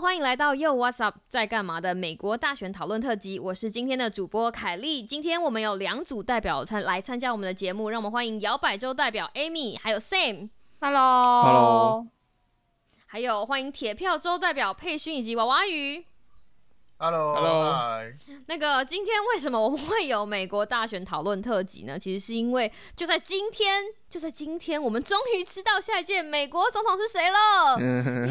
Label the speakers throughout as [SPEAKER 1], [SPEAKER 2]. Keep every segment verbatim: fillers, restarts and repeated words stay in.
[SPEAKER 1] 欢迎来到 Yo What's Up 在干嘛的美国大选讨论特辑，我是今天的主播凯莉。今天我们有两组代表参来参加我们的节目，让我们欢迎摇摆州代表 Amy 还有 Sam。
[SPEAKER 2] Hello
[SPEAKER 3] Hello
[SPEAKER 1] 还有欢迎铁票州代表佩勋以及娃娃鱼。
[SPEAKER 2] Hello
[SPEAKER 3] Hello
[SPEAKER 1] 那个今天为什么我们会有美国大选讨论特辑呢？其实是因为就在今天就在今天我们终于知道下一届美国总统是谁了。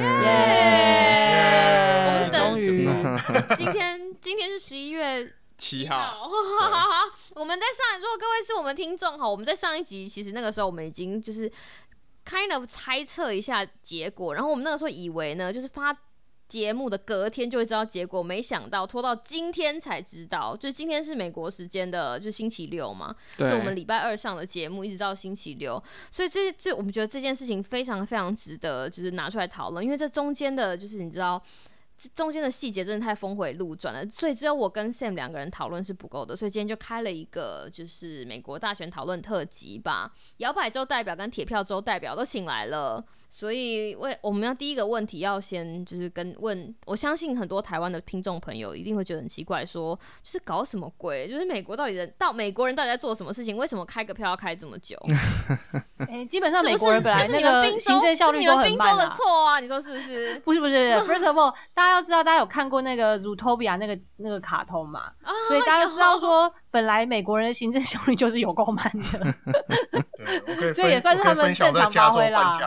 [SPEAKER 1] 耶！我们等今天今天是十一月
[SPEAKER 3] 七号
[SPEAKER 1] 我们在上，如果各位是我们听众，我们在上一集其实那个时候我们已经就是 kind of 猜测一下结果，然后我们那个时候以为呢就是发节目的隔天就会知道结果，没想到拖到今天才知道。就今天是美国时间的，就是星期六嘛，所以我们礼拜二上的节目一直到星期六，所以这这我们觉得这件事情非常非常值得，就是拿出来讨论，因为这中间的，就是你知道。中间的细节真的太峰回路转了，所以只有我跟 Sam 两个人讨论是不够的，所以今天就开了一个就是美国大选讨论特辑吧，摇摆州代表跟铁票州代表都请来了，所以我们要第一个问题要先就是跟问，我相信很多台湾的听众朋友一定会觉得很奇怪，说就是搞什么鬼，就是美国到底人到美国人到底在做什么事情，为什么开个票要开这么久？
[SPEAKER 2] 欸、基本上美国人本来那个行政效率都很慢、啊、
[SPEAKER 1] 是你们宾州的错啊，你说是不是？
[SPEAKER 2] 不是不是 ，First of all， 大家要知道，大家有看过那个 Zootopia 那个那个卡通嘛、哦？所以大家知道说，本来美国人的行政效率就是有够慢的。
[SPEAKER 4] 对，我可以
[SPEAKER 2] 所以也算是他们正常发挥啦。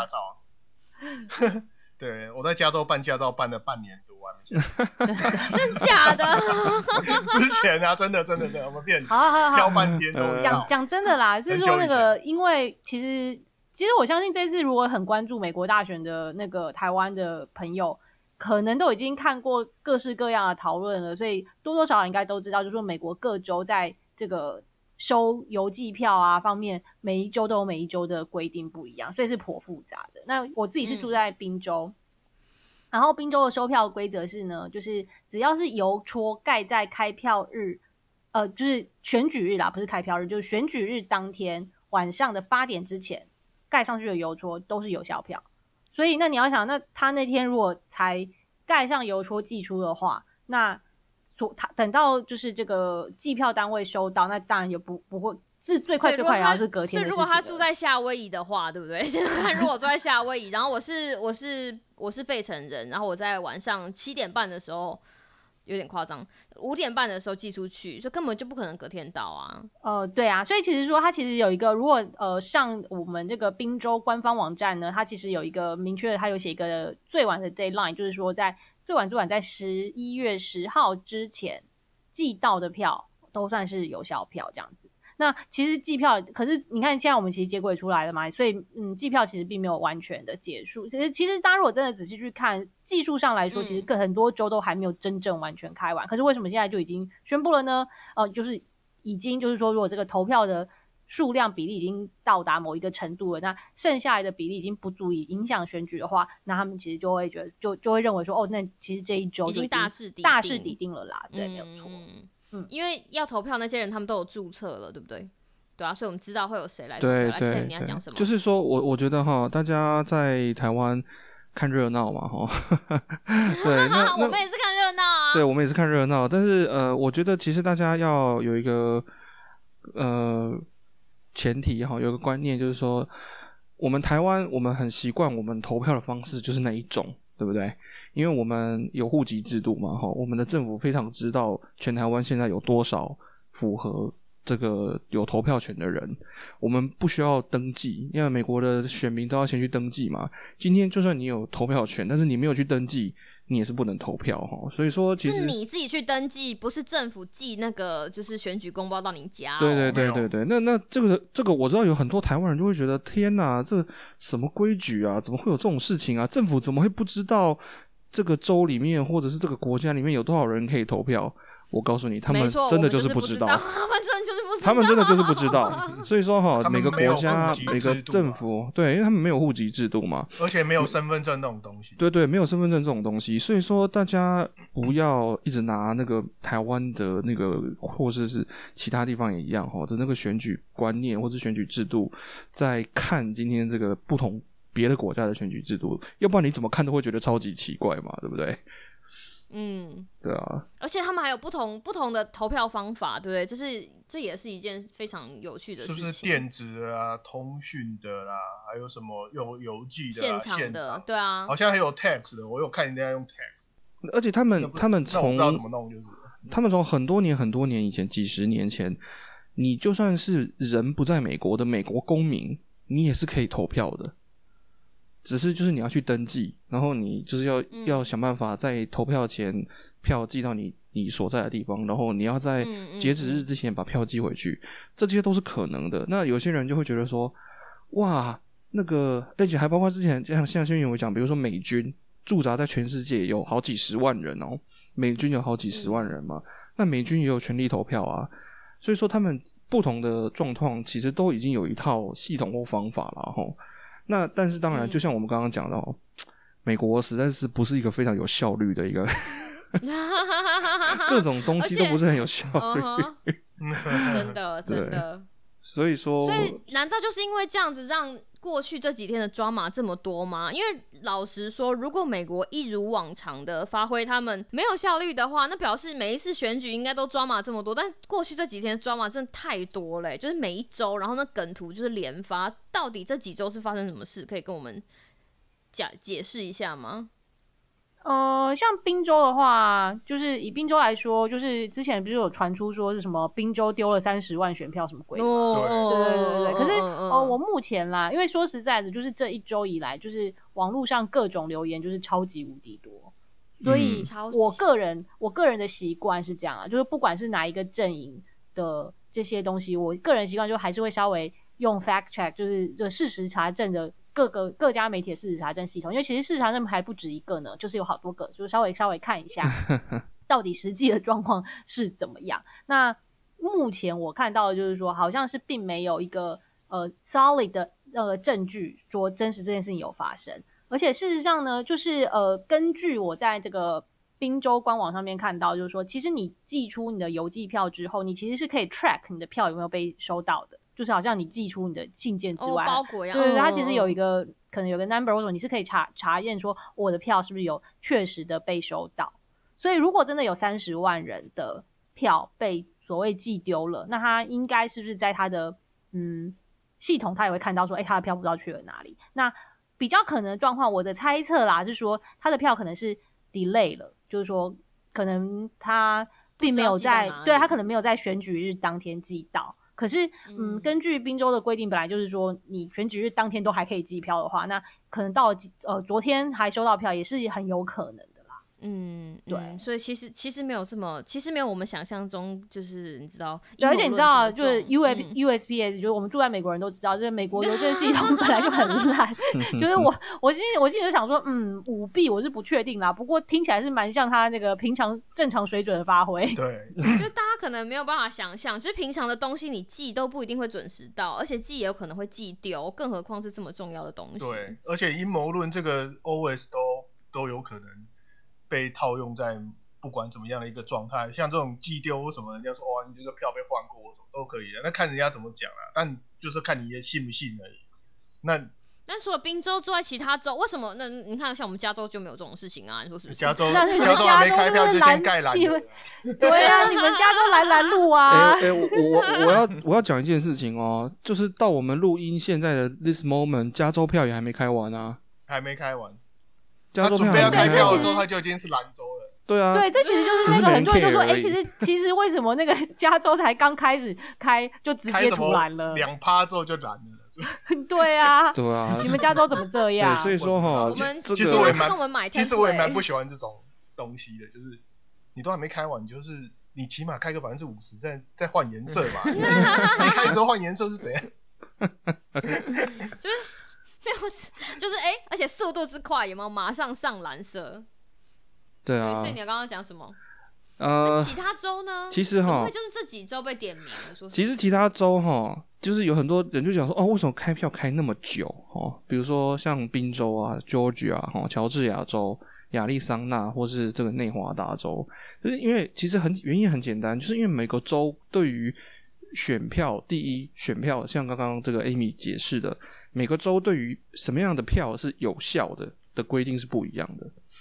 [SPEAKER 4] 对，我在加州办驾照办了半年多啊，
[SPEAKER 1] 真假的？
[SPEAKER 4] 之前啊，真的真的真的，我们变
[SPEAKER 2] 好好好
[SPEAKER 4] 挑半天都
[SPEAKER 2] 讲讲真的啦，是说那个，因为其实其实我相信这次如果很关注美国大选的那个台湾的朋友，可能都已经看过各式各样的讨论了，所以多多少少应该都知道，就是说美国各州在这个收邮寄票啊方面，每一州都有每一州的规定不一样，所以是颇复杂的。那我自己是住在宾州。嗯，然后宾州的收票规则是呢，就是只要是邮戳盖在开票日，呃，就是选举日啦，不是开票日，就是选举日当天晚上的八点之前盖上去的邮戳都是有效票。所以那你要想，那他那天如果才盖上邮戳寄出的话，那他等到就是这个计票单位收到，那当然也不不会。是最快最快也要是隔天的事情。
[SPEAKER 1] 所以如果他住在夏威夷的话，对不对？现在看，如果住在夏威夷，然后我是我是我是费城人，然后我在晚上七点半的时候，有点夸张，五点半的时候寄出去，所以根本就不可能隔天到啊。
[SPEAKER 2] 呃，对啊，所以其实说它其实有一个，如果呃上我们这个宾州官方网站呢，它其实有一个明确的，它有写一个最晚的 deadline， 就是说在最晚最晚在十一月十号之前寄到的票都算是有效票这样子。那其实计票，可是你看现在我们其实结果也出来了嘛，所以嗯，计票其实并没有完全的结束。其实其实大家如果真的仔细去看，技术上来说，其实各很多州都还没有真正完全开完。嗯、可是为什么现在就已经宣布了呢？呃，就是已经就是说，如果这个投票的数量比例已经到达某一个程度了，那剩下来的比例已经不足以影响选举的话，那他们其实就会觉得就就会认为说，哦，那其实这一周
[SPEAKER 1] 已经大势抵
[SPEAKER 2] 大势抵定了啦，对，
[SPEAKER 1] 嗯、
[SPEAKER 2] 没有错。
[SPEAKER 1] 嗯，因为要投票那些人他们都有注册了，对不对？对啊，所以我们知道会有谁来投票。
[SPEAKER 3] 对对，
[SPEAKER 1] 你要讲什么？
[SPEAKER 3] 就是说我我觉得哈，大家在台湾看热闹嘛哈，对，那
[SPEAKER 1] 我们也是看热闹啊。
[SPEAKER 3] 对，我们也是看热闹，但是呃，我觉得其实大家要有一个呃前提哈，有一个观念就是说，我们台湾我们很习惯我们投票的方式就是那一种。对不对？因为我们有户籍制度嘛，我们的政府非常知道全台湾现在有多少符合这个有投票权的人，我们不需要登记，因为美国的选民都要先去登记嘛。今天就算你有投票权，但是你没有去登记，你也是不能投票。所以说其实
[SPEAKER 1] 是你自己去登记，不是政府寄那个就是选举公报到你家、哦。
[SPEAKER 3] 对对对对对，那那这个这个我知道有很多台湾人就会觉得天哪，这什么规矩啊？怎么会有这种事情啊？政府怎么会不知道这个州里面或者是这个国家里面有多少人可以投票？我告诉你，他们真的就是不知道，
[SPEAKER 1] 他们真的就是不知道，
[SPEAKER 3] 他们真的就是不知道。所以说哈，每个国家、每个政府，对，因为他们没有户籍制度嘛，
[SPEAKER 4] 而且没有身份证那种东西。
[SPEAKER 3] 对对，没有身份证这种东西，所以说大家不要一直拿那个台湾的那个，或者是其他地方也一样哈的那个选举观念或者选举制度，在看今天这个不同别的国家的选举制度，要不然你怎么看都会觉得超级奇怪嘛，对不对？
[SPEAKER 1] 嗯，
[SPEAKER 3] 对啊，
[SPEAKER 1] 而且他们还有不同不同的投票方法，对不对？这是这也是一件非常有趣的事情。
[SPEAKER 4] 是不是电子的啊、通讯的啦，还有什么邮邮寄的、啊、
[SPEAKER 1] 现场的？
[SPEAKER 4] 现场
[SPEAKER 1] 对啊，
[SPEAKER 4] 好像还有 text 的，我有看人家用 text。
[SPEAKER 3] 而且他们他们从
[SPEAKER 4] 不知道怎么弄，就是
[SPEAKER 3] 他们从很多年很多年以前，几十年前，你就算是人不在美国的美国公民，你也是可以投票的。只是就是你要去登记，然后你就是要、嗯、要想办法在投票前票寄到你你所在的地方，然后你要在截止日之前把票寄回去，嗯嗯嗯这些都是可能的。那有些人就会觉得说，哇，那个而且还包括之前像像新闻有讲，比如说美军驻扎在全世界有好几十万人哦，美军有好几十万人嘛，嗯、那美军也有权利投票啊。所以说他们不同的状况其实都已经有一套系统或方法了齁。那但是当然就像我们刚刚讲的、嗯、美国实在是不是一个非常有效率的一个各种东西都不是很有效率、
[SPEAKER 1] uh-huh. 真的真的，
[SPEAKER 3] 所以说
[SPEAKER 1] 所以难道就是因为这样子让过去这几天的抓马这么多吗？因为老实说，如果美国一如往常的发挥他们没有效率的话，那表示每一次选举应该都抓马这么多。但过去这几天抓马真的太多了、欸，就是每一周，然后那梗图就是连发。到底这几周是发生什么事？可以跟我们解解释一下吗？
[SPEAKER 2] 呃，像宾州的话，就是以宾州来说，就是之前不是有传出说是什么宾州丢了三十万选票什么鬼的吗？
[SPEAKER 1] 哦，
[SPEAKER 2] 对对对对。可是哦、呃，我目前啦，因为说实在的，就是这一周以来，就是网络上各种留言就是超级无敌多，所以我个人我个人的习惯是这样啊，就是不管是哪一个阵营的这些东西，我个人习惯就还是会稍微用 fact check， 就是这事实查证的。各个各家媒体的事实查证系统，因为其实事实查证还不止一个呢，就是有好多个，就稍微稍微看一下到底实际的状况是怎么样。那目前我看到的就是说，好像是并没有一个呃 solid 的呃证据说真实这件事情有发生，而且事实上呢，就是呃根据我在这个宾州官网上面看到，就是说，其实你寄出你的邮寄票之后，你其实是可以 track 你的票有没有被收到的。就是好像你寄出你的信件之外，
[SPEAKER 1] 哦、包裹一样，
[SPEAKER 2] 对对对，它其实有一个、嗯、可能有个 number， 或者你是可以查查验说我的票是不是有确实的被收到。所以如果真的有三十万人的票被所谓寄丢了，那他应该是不是在他的嗯系统，他也会看到说，哎，他的票不知道去了哪里？那比较可能的状况，我的猜测啦是说，他的票可能是 delay 了，就是说可能他并没有在，对他可能没有在选举日当天寄到。可是，嗯，根据宾州的规定，本来就是说，你选举日当天都还可以寄票的话，那可能到了呃昨天还收到票，也是很有可能的啦。
[SPEAKER 1] 嗯，
[SPEAKER 2] 对，
[SPEAKER 1] 嗯、所以其实其实没有这么，其实没有我们想象中，就是你知道，
[SPEAKER 2] 对，而且你知道，就是 U S、嗯、U S P S， 就是我们住在美国人都知道，就是美国邮政系统本来就很烂。就是我我心里我心里就想说，嗯，舞弊我是不确定啦，不过听起来是蛮像他那个平常正常水准的发挥。
[SPEAKER 4] 对，
[SPEAKER 1] 就是大家可能没有办法想象，就是平常的东西你寄都不一定会准时到，而且寄也有可能会寄丢，更何况是这么重要的东西。
[SPEAKER 4] 对，而且阴谋论这个 always 都都有可能被套用在不管怎么样的一个状态，像这种寄丢什么，人家说哇你这个票被换过都可以的，那看人家怎么讲啦，但就是看你信不信而已。那
[SPEAKER 1] 但除了宾州之外，其他州为什么？那你看，像我们加州就没有这种事情啊？你说是不是？
[SPEAKER 4] 加州加州还没开票就先盖蓝，
[SPEAKER 2] 对啊，你们加州蓝蓝路啊！
[SPEAKER 3] 哎、欸欸、我我我要我要讲一件事情哦，就是到我们录音现在的 this moment， 加州票也还没开完啊，
[SPEAKER 4] 还没开完。
[SPEAKER 3] 加州票
[SPEAKER 4] 他准备要开票的时候，他就已经是兰州了。
[SPEAKER 3] 对啊，
[SPEAKER 2] 对，这其实就是那个很多人就说，哎、欸，其实其实为什么那个加州才刚开始开就直接突然了，
[SPEAKER 4] 两趴之后就蓝了。
[SPEAKER 2] 对啊，
[SPEAKER 3] 对啊，
[SPEAKER 2] 你们加州怎么这样？
[SPEAKER 3] 对，所以说哈，
[SPEAKER 1] 我们
[SPEAKER 3] 其
[SPEAKER 4] 实我也蛮，
[SPEAKER 1] 其
[SPEAKER 4] 实我也蛮不喜欢这种东西的，就是你都还没开完，就是你起码开个百分之五十，再再换颜色嘛。你开的时候换颜色是怎样？
[SPEAKER 1] 就是没有，就是哎、欸，而且速度之快，有没有马上上蓝色？
[SPEAKER 3] 对啊。
[SPEAKER 1] 所以你刚刚讲什么？
[SPEAKER 3] 呃，
[SPEAKER 1] 其他州呢？
[SPEAKER 3] 其实哈，
[SPEAKER 1] 就是这几州被点名了，说
[SPEAKER 3] 其实其他州哈，就是有很多人就讲说，哦，为什么开票开那么久？哦，比如说像宾州啊、Georgia 啊、乔治亚州、亚利桑那，或是这个内华达州，就是因为其实很原因很简单，就是因为每个州对于选票，第一选票，像刚刚这个 Amy 解释的，每个州对于什么样的票是有效的的规定是不一样的。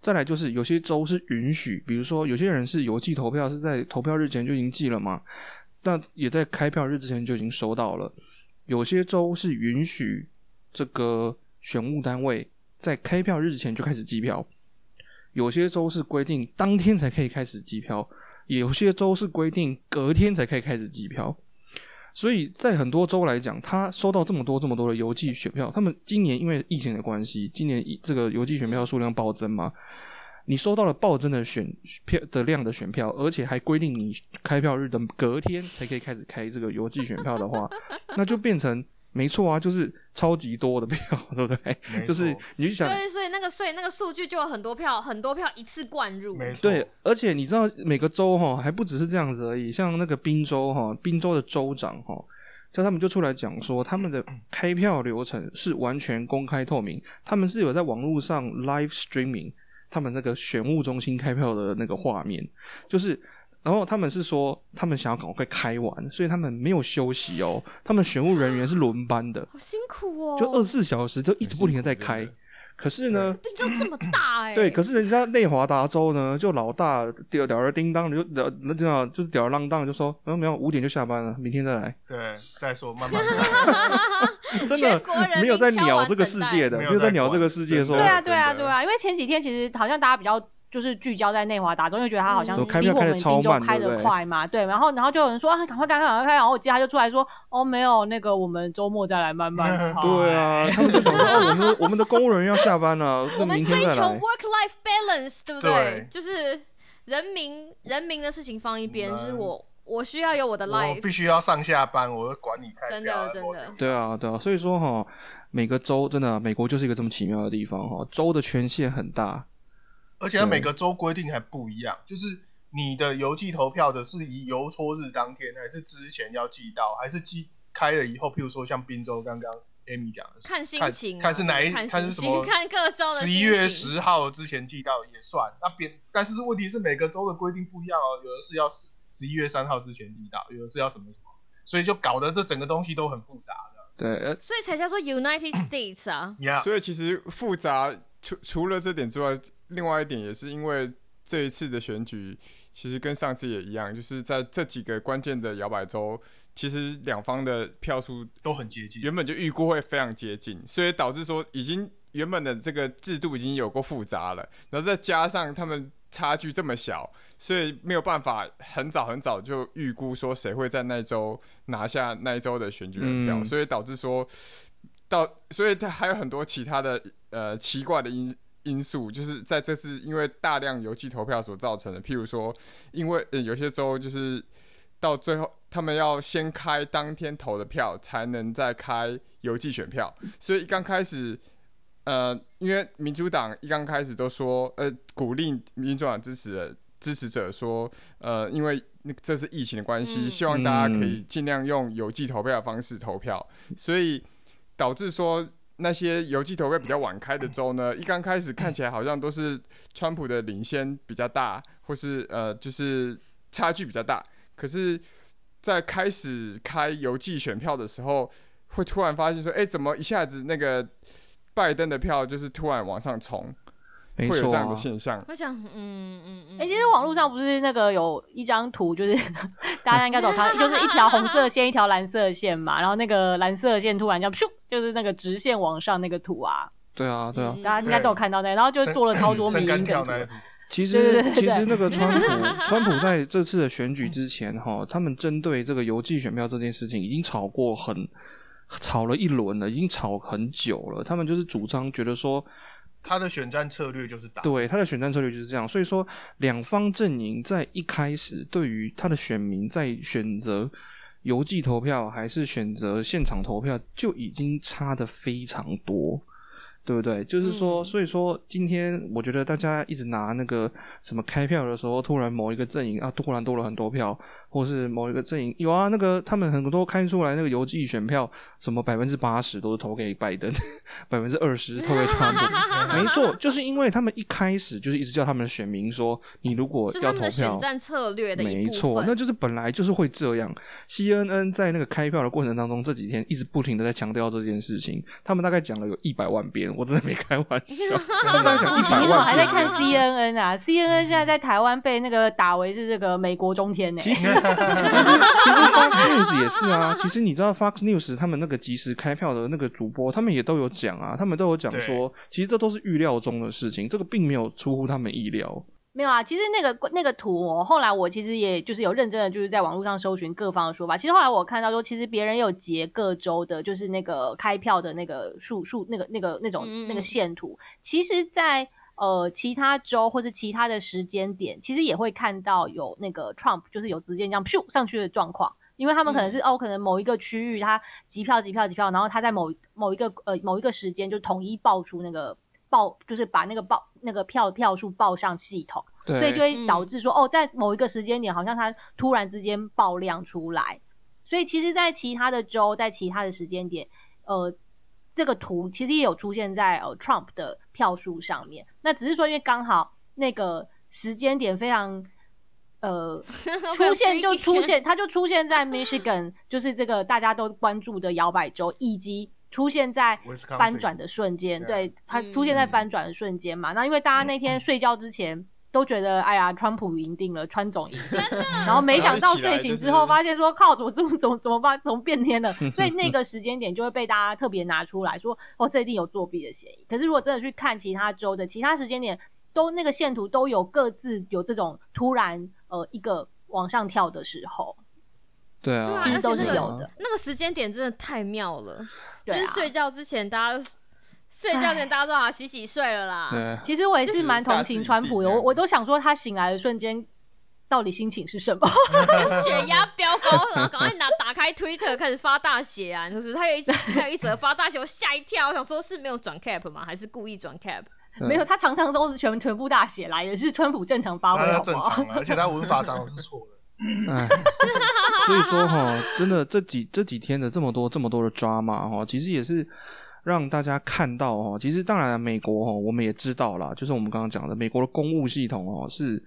[SPEAKER 3] 再来就是有些州是允许，比如说有些人是邮寄投票，是在投票日前就已经寄了嘛，那也在开票日之前就已经收到了。有些州是允许这个选务单位在开票日之前就开始计票，有些州是规定当天才可以开始计票，有些州是规定隔天才可以开始计票。所以在很多州来讲，他收到这么多这么多的邮寄选票，他们今年因为疫情的关系，今年这个邮寄选票数量暴增嘛，你收到了暴增的选票的量的选票，而且还规定你开票日的隔天才可以开始开这个邮寄选票的话，那就变成没错啊，就是超级多的票，对不对？就是你去想，
[SPEAKER 1] 对，所以那个所以那个数据就有很多票，很多票一次灌入。
[SPEAKER 4] 没错。
[SPEAKER 3] 对，而且你知道每个州哈还不只是这样子而已，像那个宾州哈，宾州的州长哈，就他们就出来讲说，他们的开票流程是完全公开透明，他们是有在网络上 live streaming 他们那个选务中心开票的那个画面，就是。然后他们是说他们想要赶快开完，所以他们没有休息哦，他们选务人员是轮班的，
[SPEAKER 1] 好辛苦哦，
[SPEAKER 3] 就二十四小时就一直不停的在开。可是呢，
[SPEAKER 1] 宾州这么大哎、欸，
[SPEAKER 3] 对，可是人家内华达州呢，就老大吊吊儿叮当，就吊那就是吊儿郎当，就说没有没有，五点就下班了，明天再来。
[SPEAKER 4] 对，再说慢慢
[SPEAKER 3] 真的没有在鸟这个世界的，没有在鸟这个世界说。
[SPEAKER 2] 对啊对啊对啊，因为前几天其实好像大家比较就是聚焦在内华达州，因为觉得他好像比我们宾州开得快嘛，对，然后然后就有人说啊，赶快赶快赶快开，然后我接他就出来说，哦没有，那个我们周末再来慢慢开。
[SPEAKER 3] 对啊，他们就想说，哦，我们我们的公务人员要下班了，
[SPEAKER 1] 我们追求 work-life balance， 对不对？
[SPEAKER 4] 对，
[SPEAKER 1] 就是人民人民的事情放一边，就是我我需要有我的 life，
[SPEAKER 4] 我必须要上下班，我管你开
[SPEAKER 1] 票，真的真的。
[SPEAKER 3] 对啊对啊，所以说哈，每个州真的，美国就是一个这么奇妙的地方哈，州的权限很大。
[SPEAKER 4] 而且它每个州规定还不一样，就是你的邮寄投票的是以邮戳日当天，还是之前要寄到，还是寄开了以后，譬如说像宾州刚刚 Amy 讲的，
[SPEAKER 1] 看心情、啊，
[SPEAKER 4] 看是哪一，看是什么，
[SPEAKER 1] 看各州的。
[SPEAKER 4] 十一月十号之前寄到也算，那边但是问题是每个州的规定不一样哦，有的是要十一月三号之前寄到，有的是要怎么什么，所以就搞得这整个东西都很复杂的。
[SPEAKER 3] 对，呃、
[SPEAKER 1] 所以才叫做 United States 啊。
[SPEAKER 4] yeah.
[SPEAKER 5] 所以其实复杂，除除了这点之外。另外一点也是因为这一次的选举其实跟上次也一样，就是在这几个关键的摇摆州，其实两方的票数
[SPEAKER 4] 都很接近，
[SPEAKER 5] 原本就预估会非常接近，所以导致说已经原本的这个制度已经有够复杂了，然后再加上他们差距这么小，所以没有办法很早很早就预估说谁会在那一州拿下那一州的选举人票，嗯、所以导致说到，所以它还有很多其他的呃奇怪的因。因素就是在这次因为大量邮寄投票所造成的，譬如说，因为、呃、有些州就是到最后他们要先开当天投的票，才能再开邮寄选票，所以一刚开始，呃，因为民主党一刚开始都说，呃，鼓励民主党支持的支持者说，呃，因为这是疫情的关系，
[SPEAKER 1] 嗯、
[SPEAKER 5] 希望大家可以尽量用邮寄投票的方式投票，所以导致说。那些邮寄投票比较晚开的州呢，一刚开始看起来好像都是川普的领先比较大，或是呃就是差距比较大。可是，在开始开邮寄选票的时候，会突然发现说，哎、欸，怎么一下子那个拜登的票就是突然往上冲？会有这样的现象。
[SPEAKER 1] 我想，嗯嗯嗯，
[SPEAKER 2] 哎、欸，其实网络上不是那个有一张图，就是大家应该都有看，就是一条红色线，一条蓝色线嘛，然后那个蓝色线突然这样咻，就是那个直线往上那个图啊。
[SPEAKER 3] 对啊，对啊，
[SPEAKER 2] 大家应该都有看到那个，然后就做了超多迷因梗图。
[SPEAKER 3] 其实，其实那个川普，川普在这次的选举之前，哈，他们针对这个邮寄选票这件事情，已经吵过很吵了一轮了，已经吵很久了。他们就是主张觉得说。
[SPEAKER 4] 他的选战策略就是打
[SPEAKER 3] 对他的选战策略就是这样，所以说两方阵营在一开始对于他的选民在选择邮寄投票还是选择现场投票就已经差得非常多，对不对？就是说、嗯、所以说今天我觉得大家一直拿那个什么开票的时候突然某一个阵营啊突然多了很多票，或是某一个阵营有啊那个他们很多开出来那个邮寄选票什么百分之八十都是投给拜登，百分之二十投给川普没错，就是因为他们一开始就是一直叫他们的选民说你如果要投票
[SPEAKER 1] 是他们的选战策略的一部分，
[SPEAKER 3] 没错，那就是本来就是会这样。 C N N 在那个开票的过程当中这几天一直不停的在强调这件事情，他们大概讲了有一百万遍， 我真的没开玩笑。他们刚才讲一百万，
[SPEAKER 2] 还在看 C N N 啊 ？C N N 现在在台湾被那个打为是这个美国中天呢、欸。
[SPEAKER 3] 其实其实其实 Fox News 也是啊。其实你知道 Fox News 他们那个即时开票的那个主播，他们也都有讲啊，他们都有讲说，其实这都是预料中的事情，这个并没有出乎他们意料。
[SPEAKER 2] 没有啊，其实那个那个图哦，后来我其实也就是有认真的就是在网络上搜寻各方的说法。其实后来我看到说，其实别人有截各州的，就是那个开票的那个数数那个那个那种那个线图。其实在呃其他州或是其他的时间点，其实也会看到有那个 Trump 就是有直接这样咻上去的状况。因为他们可能是、嗯、哦，可能某一个区域他集票集票集票，然后他在某某一个呃某一个时间就统一报出那个报，就是把那个报那个票票数报上系统，所以就会导致说、嗯、哦，在某一个时间点好像他突然之间爆量出来，所以其实，在其他的州，在其他的时间点，呃，这个图其实也有出现在呃 Trump 的票数上面，那只是说因为刚好那个时间点非常。呃，出现就出现，它就出现在 Michigan， 就是这个大家都关注的摇摆州，以及出现在翻转的瞬间。对，它出现在翻转的瞬间嘛。嗯、那因为大家那天睡觉之前都觉得，哎呀，川普赢定了，川总赢定了，然后没想到睡醒之后发现说，靠，怎么怎么怎么怎么办，怎么变天了？所以那个时间点就会被大家特别拿出来说，哦，这一定有作弊的嫌疑。可是如果真的去看其他州的其他时间点，都那个线图都有各自有这种突然。呃，一个往上跳的时候，
[SPEAKER 3] 对啊，
[SPEAKER 2] 其实都是有的。
[SPEAKER 1] 那个、那个时间点真的太妙了，
[SPEAKER 2] 对啊、
[SPEAKER 1] 就是睡觉之前大家睡觉前大家说好洗洗睡了啦。
[SPEAKER 2] 其实我也是蛮同情川普的，我我都想说他醒来的瞬间到底心情是什么？
[SPEAKER 1] 就血压飙高，然后赶快拿打开 Twitter 开始发大血啊！就是他有一他有一则发大血，我吓一跳，我想说是没有转 cap 吗？还是故意转 cap？
[SPEAKER 2] 没有，他常常都是全全部大写来，也是川普正常发挥，好不好？
[SPEAKER 4] 正常、啊，而且他文法常常是错的。
[SPEAKER 3] 哎，所以说哈，真的这几这几天的这么多这么多的 drama 哈，其实也是让大家看到哈，其实当然美国哈，我们也知道啦，就是我们刚刚讲的美国的公务系统哦是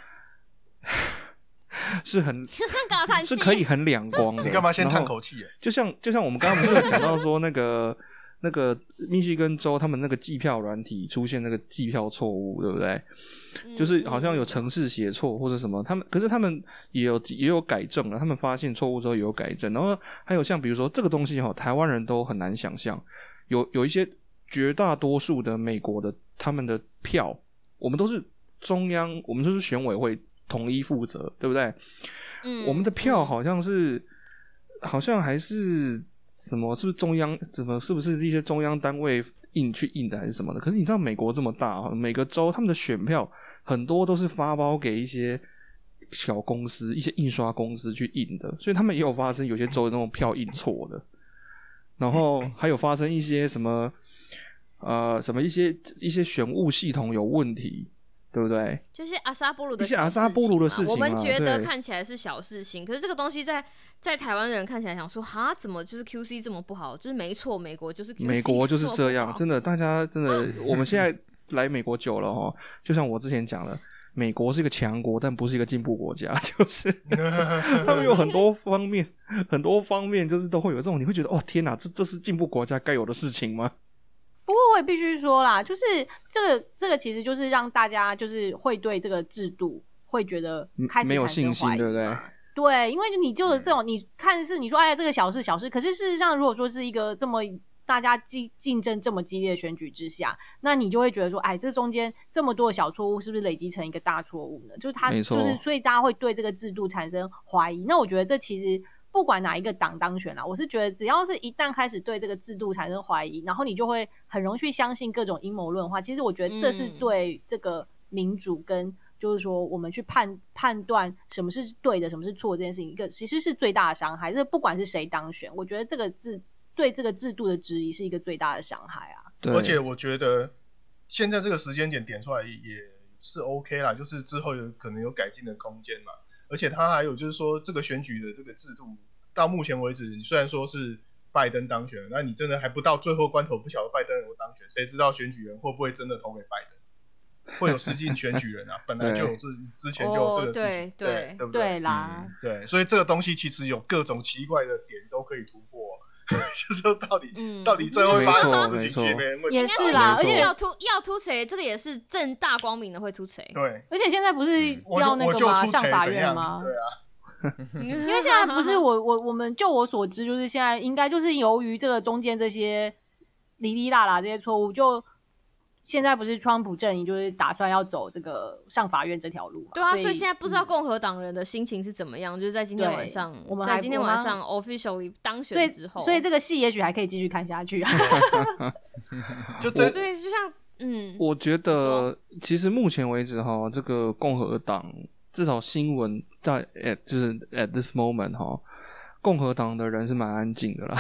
[SPEAKER 3] 是很是可以很两光的。
[SPEAKER 4] 你干嘛先叹口气？
[SPEAKER 3] 就像就像我们刚刚不是有讲到说那个。那个密西根州他们那个计票软体出现那个计票错误，对不对？嗯、就是好像有程式写错或者什么，他们可是他们也有也有改正了，他们发现错误之后也有改正。然后还有像比如说这个东西哈，台湾人都很难想象，有有一些绝大多数的美国的他们的票，我们都是中央，我们都是选委会统一负责，对不对？嗯，我们的票好像是好像还是。什么是不是中央？怎么是不是一些中央单位印去印的还是什么的？可是你知道美国这么大，每个州他们的选票很多都是发包给一些小公司、一些印刷公司去印的，所以他们也有发生有些州的那种票印错的，然后还有发生一些什么呃什么一些一些选务系统有问题。对不对？
[SPEAKER 1] 就是阿萨布鲁的
[SPEAKER 3] 一些阿萨布鲁的事情、啊，
[SPEAKER 1] 我们觉得看起来是小事情，可是这个东西在在台湾的人看起来想说，哈，怎么就是 Q C 这么不好？就是没错，美国就是 Q C
[SPEAKER 3] 美国就是这样，真的，大家真的，我们现在来美国久了哈，就像我之前讲了，美国是一个强国，但不是一个进步国家，就是他们有很多方面，很多方面就是都会有这种，你会觉得哦，天哪，这这是进步国家该有的事情吗？
[SPEAKER 2] 不过我也必须说啦，就是这个这个其实就是让大家就是会对这个制度会觉得开始产生怀疑，没有信心，
[SPEAKER 3] 对不对？
[SPEAKER 2] 对，因为你就是这种，你看似你说哎呀这个小事小事，可是事实上如果说是一个这么大家竞竞争这么激烈的选举之下，那你就会觉得说，哎，这中间这么多的小错误是不是累积成一个大错误呢？就是他就是所以大家会对这个制度产生怀疑。那我觉得这其实。不管哪一个党当选啦，我是觉得只要是一旦开始对这个制度产生怀疑，然后你就会很容易去相信各种阴谋论的话，其实我觉得这是对这个民主跟就是说我们去判判断什么是对的，什么是错的这件事情，一个其实是最大的伤害。这不管是谁当选，我觉得这个制对这个制度的质疑是一个最大的伤害啊。
[SPEAKER 4] 而且我觉得现在这个时间点点出来也是 OK 啦，就是之后有可能有改进的空间嘛。而且他还有就是说，这个选举的这个制度到目前为止，你虽然说是拜登当选了，那你真的还不到最后关头，不晓得拜登有没有当选，谁知道选举人会不会真的投给拜登？会有实际选举人啊，本来就有这之前就有这个事情，
[SPEAKER 1] 哦、对
[SPEAKER 4] 对
[SPEAKER 1] 对
[SPEAKER 4] 对不对？
[SPEAKER 2] 对啦、
[SPEAKER 4] 嗯，对，所以这个东西其实有各种奇怪的点都可以突破。 就是说到底、
[SPEAKER 1] 嗯、
[SPEAKER 4] 到底最后会发生什么事情，其实没人会知道。
[SPEAKER 2] 也是啦，而且
[SPEAKER 1] 要突要突锤，这个也是正大光明的会突锤。
[SPEAKER 4] 对，
[SPEAKER 2] 而且现在不是要那个吗？上法院吗？
[SPEAKER 4] 对啊，
[SPEAKER 2] 因为现在不是我我我们就我所知，就是现在应该就是由于这个中间这些哩哩啦啦这些错误，就现在不是川普阵营就是打算要走这个上法院这条路嘛？
[SPEAKER 1] 对啊，
[SPEAKER 2] 所以
[SPEAKER 1] 所以现在不知道共和党人的心情是怎么样，嗯、就是在今天晚上，
[SPEAKER 2] 我们
[SPEAKER 1] 在今天晚上 officially 当选之后，
[SPEAKER 2] 所以所以这个戏也许还可以继续看下去啊。
[SPEAKER 4] 就这，
[SPEAKER 1] 所以就像嗯，
[SPEAKER 3] 我觉得其实目前为止哈，这个共和党至少新闻在 at 就是 at this moment 哈，共和党的人是蛮安静的啦。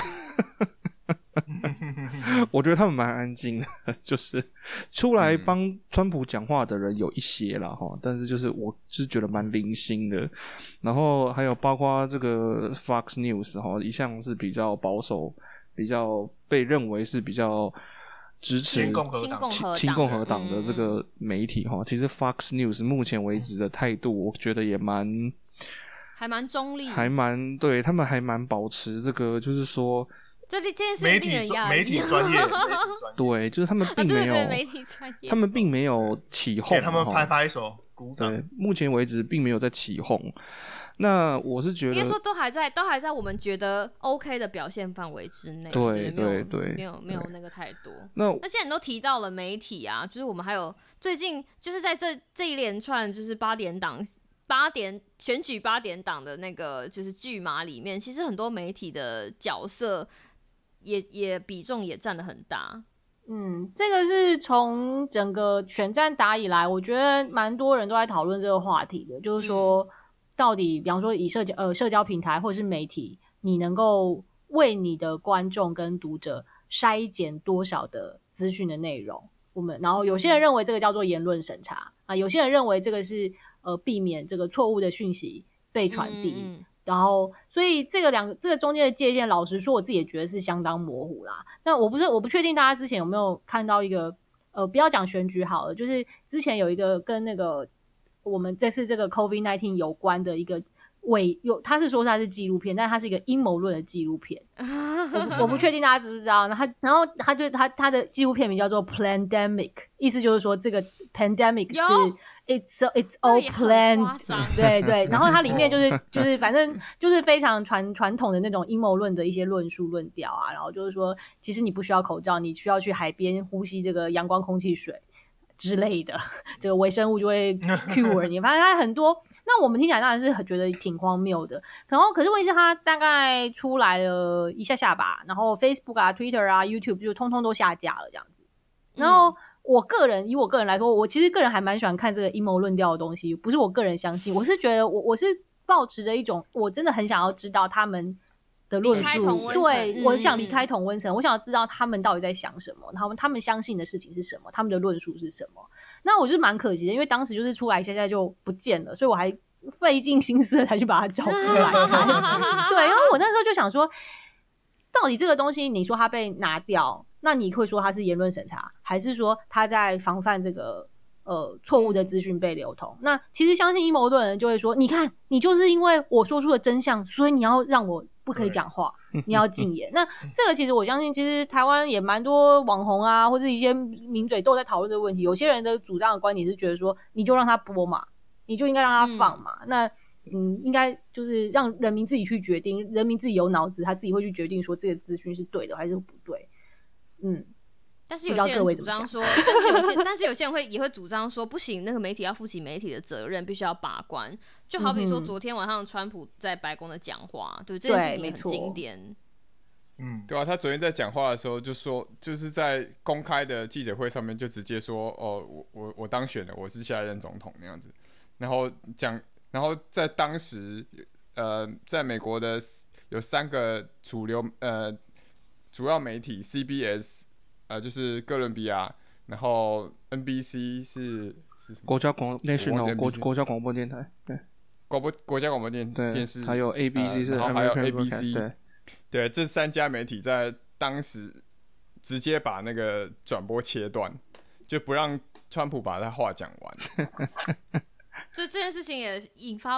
[SPEAKER 3] 我觉得他们蛮安静的，就是出来帮川普讲话的人有一些啦齁，但是就是我是觉得蛮零星的。然后还有包括这个 Fox News 齁，一向是比较保守，比较被认为是比较支持
[SPEAKER 4] 亲共和党、
[SPEAKER 3] 亲共和党的这个媒体齁，其实 Fox News 目前为止的态度，我觉得也蛮
[SPEAKER 1] 还蛮中立，
[SPEAKER 3] 还蛮对他们还蛮保持这个，就是说。
[SPEAKER 1] 这这件事令人压
[SPEAKER 4] 力，媒体专业，
[SPEAKER 3] 对，就是他们并没有，
[SPEAKER 1] 啊、对对媒体专业，
[SPEAKER 3] 他们并没有起哄，
[SPEAKER 4] 给他们拍拍手，鼓掌。
[SPEAKER 3] 对，目前为止并没有在起哄。那我是觉得，
[SPEAKER 1] 应该说都还在，都还在我们觉得 OK 的表现范围之内。
[SPEAKER 3] 对对对，
[SPEAKER 1] 没有没有那个太多。
[SPEAKER 3] 那
[SPEAKER 1] 那既然你都提到了媒体啊，就是我们还有最近就是在这这一连串就是八点档。八点选举八点档的那个就是剧码里面，其实很多媒体的角色也也比重也占得很大。
[SPEAKER 2] 嗯，这个是从整个选战打以来，我觉得蛮多人都在讨论这个话题的，就是说，嗯、到底比方说以社交呃社交平台或者是媒体，你能够为你的观众跟读者筛减多少的资讯的内容？我们然后有些人认为这个叫做言论审查啊，有些人认为这个是。呃，避免这个错误的讯息被传递，嗯嗯然后，所以这个两个这个中间的界限，老实说，我自己也觉得是相当模糊啦。那我不是我不确定大家之前有没有看到一个，呃，不要讲选举好了，就是之前有一个跟那个我们这次这个 COVID 十九 有关的一个伪有，他是说它是纪录片，但它是一个阴谋论的纪录片。我, 我不确定大家知不知道。然后他，然后他就他他的纪录片名叫做 Plandemic， 意思就是说这个 pandemic 是。It's it's all planned， 对对，然后它里面就是就是反正就是非常传传统的那种阴谋论的一些论述论调啊，然后就是说其实你不需要口罩，你需要去海边呼吸这个阳光、空气、水之类的，这个微生物就会 cure 你。反正它很多，那我们听起来当然是觉得挺荒谬的。然后可是问题是它大概出来了一下下吧，然后 Facebook 啊、Twitter 啊、YouTube 就通通都下架了这样子，然后。嗯我个人以我个人来说，我其实个人还蛮喜欢看这个阴谋论调的东西，不是我个人相信，我是觉得我我是抱持着一种我真的很想要知道他们的论述，对、嗯、我想离开同温层，我想要知道他们到底在想什么，他们他们相信的事情是什么，他们的论述是什么。那我就是蛮可惜的，因为当时就是出来一下下就不见了，所以我还费尽心思才去把它找出来看。对，然后我那时候就想说，到底这个东西你说它被拿掉，那你会说它是言论审查，还是说它在防范这个呃错误的资讯被流通？那其实相信阴谋论的人就会说，你看你就是因为我说出了真相，所以你要让我不可以讲话，你要禁言。那这个其实我相信，其实台湾也蛮多网红啊，或者一些名嘴都在讨论这个问题。有些人的主张的观点是觉得说，你就让他播嘛，你就应该让他放嘛。嗯那嗯，应该就是让人民自己去决定，人民自己有脑子，他自己会去决定说这个资讯是对的还是不对。嗯，
[SPEAKER 1] 但是有些人主张说，但是有些但是有些人会也会主张说，不行，那个媒体要负起媒体的责任，必须要把关。就好比说昨天晚上川普在白宫的讲话，对这件事情很经典。
[SPEAKER 5] 嗯，对啊，他昨天在讲话的时候就说，就是在公开的记者会上面就直接说，哦，我我我当选了，我是下一任总统那样子，然后讲。然后在当时，呃，在美国的有三个主流呃主要媒体 ，C B S， 呃，就是哥伦比亚，然后 N B C 是是什么？
[SPEAKER 3] 国家广 National 国国家广播电台，对，
[SPEAKER 5] 广播国家广播电电视，
[SPEAKER 3] 还有 A B C 是、呃，
[SPEAKER 5] 然后还有 A B C，
[SPEAKER 3] 对，
[SPEAKER 5] 对，这三家媒体在当时直接把那个转播切断，就不让川普把他话讲完。
[SPEAKER 1] 所以这件事情也引发了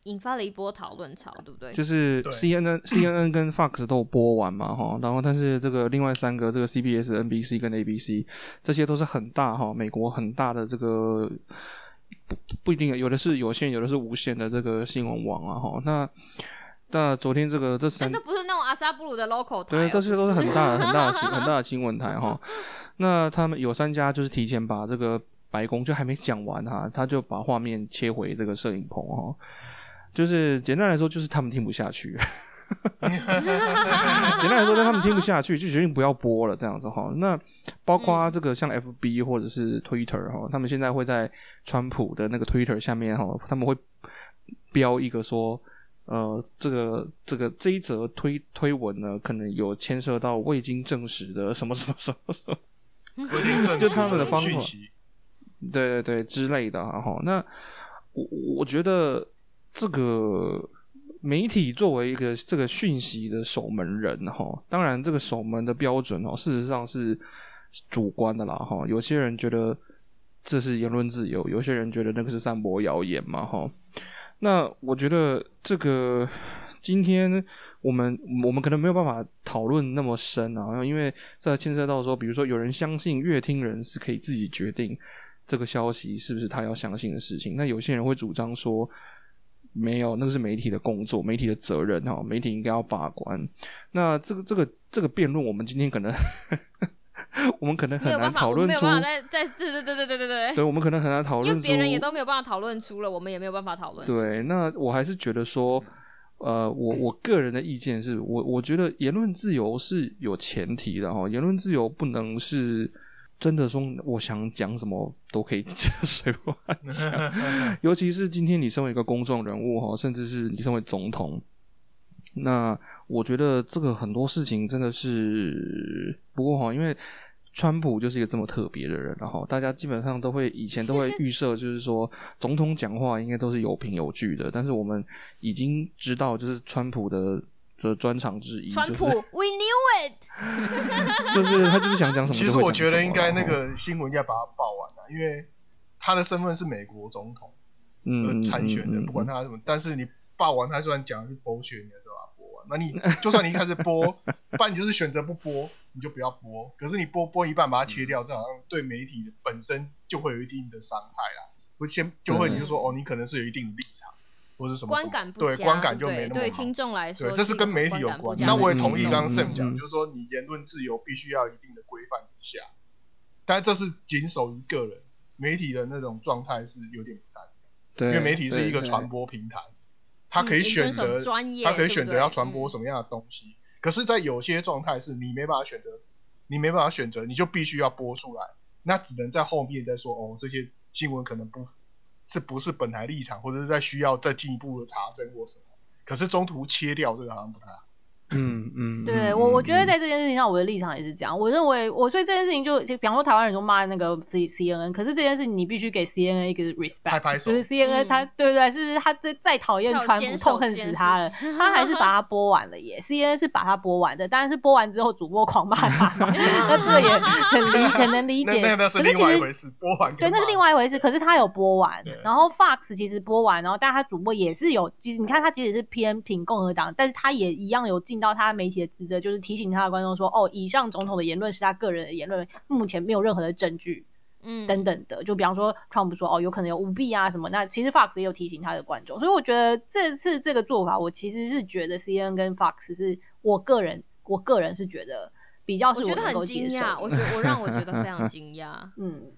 [SPEAKER 1] 引发了一波讨论潮，对不对？
[SPEAKER 3] 就是 C N N C N N 跟 Fox 都有播完嘛哈，然后但是这个另外三个这个 C B S、N B C 跟 A B C 这些都是很大哈，美国很大的这个不不一定有的是有线，有的是无线的这个新闻网啊哈。那那昨天这个这三，
[SPEAKER 1] 那不是那种阿萨布鲁的 local 台、哦，
[SPEAKER 3] 对，这些都是很大的很大的新很大的新闻台哈。那他们有三家就是提前把这个白宫就还没讲完哈，他就把画面切回这个摄影棚哈。就是简单来说，就是他们听不下去。简单来说，就是他们听不下去，就决定不要播了这样子哈。那包括这个像 F B 或者是 Twitter 哈，他们现在会在川普的那个 Twitter 下面哈，他们会标一个说，呃，这个这个这一则推推文呢，可能有牵涉到未经证实的什么什么什么什么，就他们的方法，对对对之类的哈。那我我觉得。这个媒体作为一个这个讯息的守门人齁，当然这个守门的标准齁，事实上是主观的啦齁。有些人觉得这是言论自由，有些人觉得那个是散播谣言嘛齁。那我觉得这个今天我们我们可能没有办法讨论那么深啊，因为这牵涉到说，比如说有人相信乐听人是可以自己决定这个消息是不是他要相信的事情，那有些人会主张说。没有，那个是媒体的工作，媒体的责任哈，媒体应该要把关。那这个这个这个辩论，我们今天可能我们可能很难讨论出，
[SPEAKER 1] 没有办法再再对对对对对对对，
[SPEAKER 3] 对，我们可能很难讨论出，
[SPEAKER 1] 因为别人也都没有办法讨论出了，我们也没有办法讨论。
[SPEAKER 3] 对，那我还是觉得说，呃，我我个人的意见是我我觉得言论自由是有前提的哈，言论自由不能是。真的说我想讲什么都可以随便讲尤其是今天你身为一个公众人物甚至是你身为总统，那我觉得这个很多事情真的是不过因为川普就是一个这么特别的人，然后大家基本上都会以前都会预设就是说总统讲话应该都是有凭有据的，但是我们已经知道就是川普的的专长之一，
[SPEAKER 1] 川普、就是、，We knew it
[SPEAKER 3] 就是他就是想讲什么就会讲什么。其
[SPEAKER 4] 实我觉得应该那个新闻应该把它报完了，因为他的身份是美国总统，嗯，参选的，不管他什么，但是你报完他虽然讲的是bullshit，你还是把它播完。那你就算你一开始播，不然你就是选择不播，你就不要播。可是你播播一半把它切掉，这好像对媒体本身就会有一定的伤害啦。不先就会你就说哦，你可能是有一定的立场。或是什么
[SPEAKER 1] 观感不
[SPEAKER 4] 对观感就没那么好，
[SPEAKER 1] 对听众来说，
[SPEAKER 4] 对，这是跟媒体有关。那我也同意刚刚 Sam 讲，就是说你言论自由必须要一定的规范之下，但这是仅守于个人，媒体的那种状态是有点不太一样。对，因为媒体是一个传播平台，它可以选择，它可以选择要传播什么样的东西。嗯、可是，在有些状态是你没办法选择，你没办法选择，你就必须要播出来，那只能在后面再说哦，这些新闻可能不符。是不是本台立场，或者是在需要再进一步的查证或什么？可是中途切掉这个好像不太好。
[SPEAKER 3] 嗯嗯，
[SPEAKER 2] 对我我觉得在这件事情上，我的立场也是这样。我认为我所以这件事情就，比方说台湾人都骂那个 C N N， 可是这件事情你必须给 C N N 一个 respect，
[SPEAKER 4] 拍拍手，
[SPEAKER 2] 就是 C N N 他、嗯、对不对？是不是他再讨厌川普，痛恨死他了，他还是把他播完了耶。C N N 是把他播完的，但是播完之后主播狂骂他，那这个也很理很能理解。
[SPEAKER 4] 那那是另外一回事，播完
[SPEAKER 2] 对，那是另外一回事。可是他有播完，然后 Fox 其实播完，然后但他主播也是有，其实你看他即使是偏挺共和党，但是他也一样有尽到他媒体的职责，就是提醒他的观众说，哦，以上总统的言论是他个人的言论，目前没有任何的证据，嗯，等等的。就比方说 Trump 说，哦，有可能有舞弊啊什么，那其实 Fox 也有提醒他的观众，所以我觉得这次这个做法，我其实是觉得 C N N 跟 Fox 是我个人，我个人是觉得比较是我能够接受的。
[SPEAKER 1] 我觉得很惊讶，我觉得我让我觉得非常惊讶，嗯。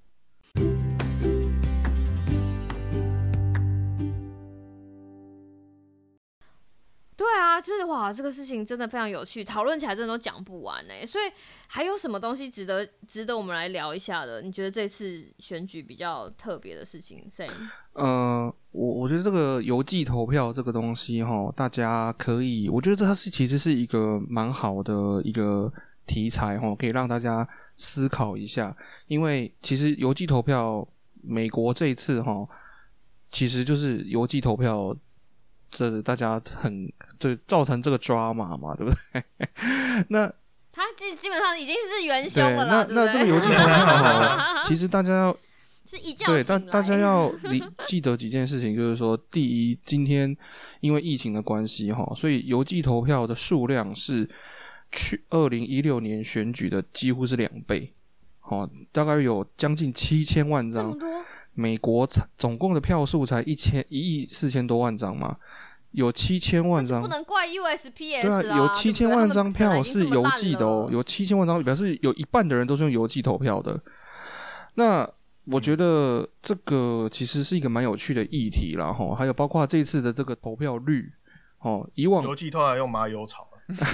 [SPEAKER 1] 对啊，就是哇，这个事情真的非常有趣，讨论起来真的都讲不完哎。所以还有什么东西值得值得我们来聊一下的？你觉得这次选举比较特别的事情 ？Sam？
[SPEAKER 3] 呃，我我觉得这个邮寄投票这个东西哈，大家可以，我觉得这它是其实是一个蛮好的一个题材哈，可以让大家思考一下。因为其实邮寄投票，美国这一次哈，其实就是邮寄投票。这大家很对造成这个 drama 嘛，对不对？那
[SPEAKER 1] 他基基本上已经是元凶了啦，
[SPEAKER 3] 对，那
[SPEAKER 1] 对不对？
[SPEAKER 3] 那这个邮寄投票好了，其实大家要
[SPEAKER 1] 是一觉
[SPEAKER 3] 对，大
[SPEAKER 1] 醒来
[SPEAKER 3] 大家要理记得几件事情，就是说，第一，今天因为疫情的关系哈，所以邮寄投票的数量是去二零一六年选举的几乎是两倍，哦，大概有将近七千万张。
[SPEAKER 1] 这么多？
[SPEAKER 3] 美国总共的票数才一千一亿四千多万张嘛，有七千万张，
[SPEAKER 1] 不能怪 U S P S
[SPEAKER 3] 对啊，有七千万张票是邮寄的哦，有七千万张，表示有一半的人都是用邮寄投票的。那我觉得这个其实是一个蛮有趣的议题啦，齁，还有包括这次的这个投票率，哦，以往
[SPEAKER 4] 邮寄通常用麻油炒。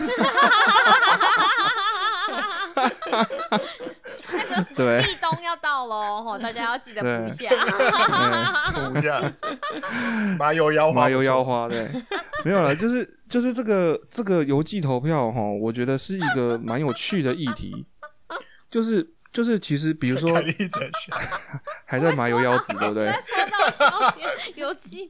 [SPEAKER 1] 那个立冬要到咯，大家要记得补一下，
[SPEAKER 4] 补一下。麻油腰花，
[SPEAKER 3] 麻油腰花，对，没有了，就是就是这个这个邮寄投票哈，我觉得是一个蛮有趣的议题，就是就是其实比如说还在麻油腰子，对不对？
[SPEAKER 1] 说到笑点，邮寄。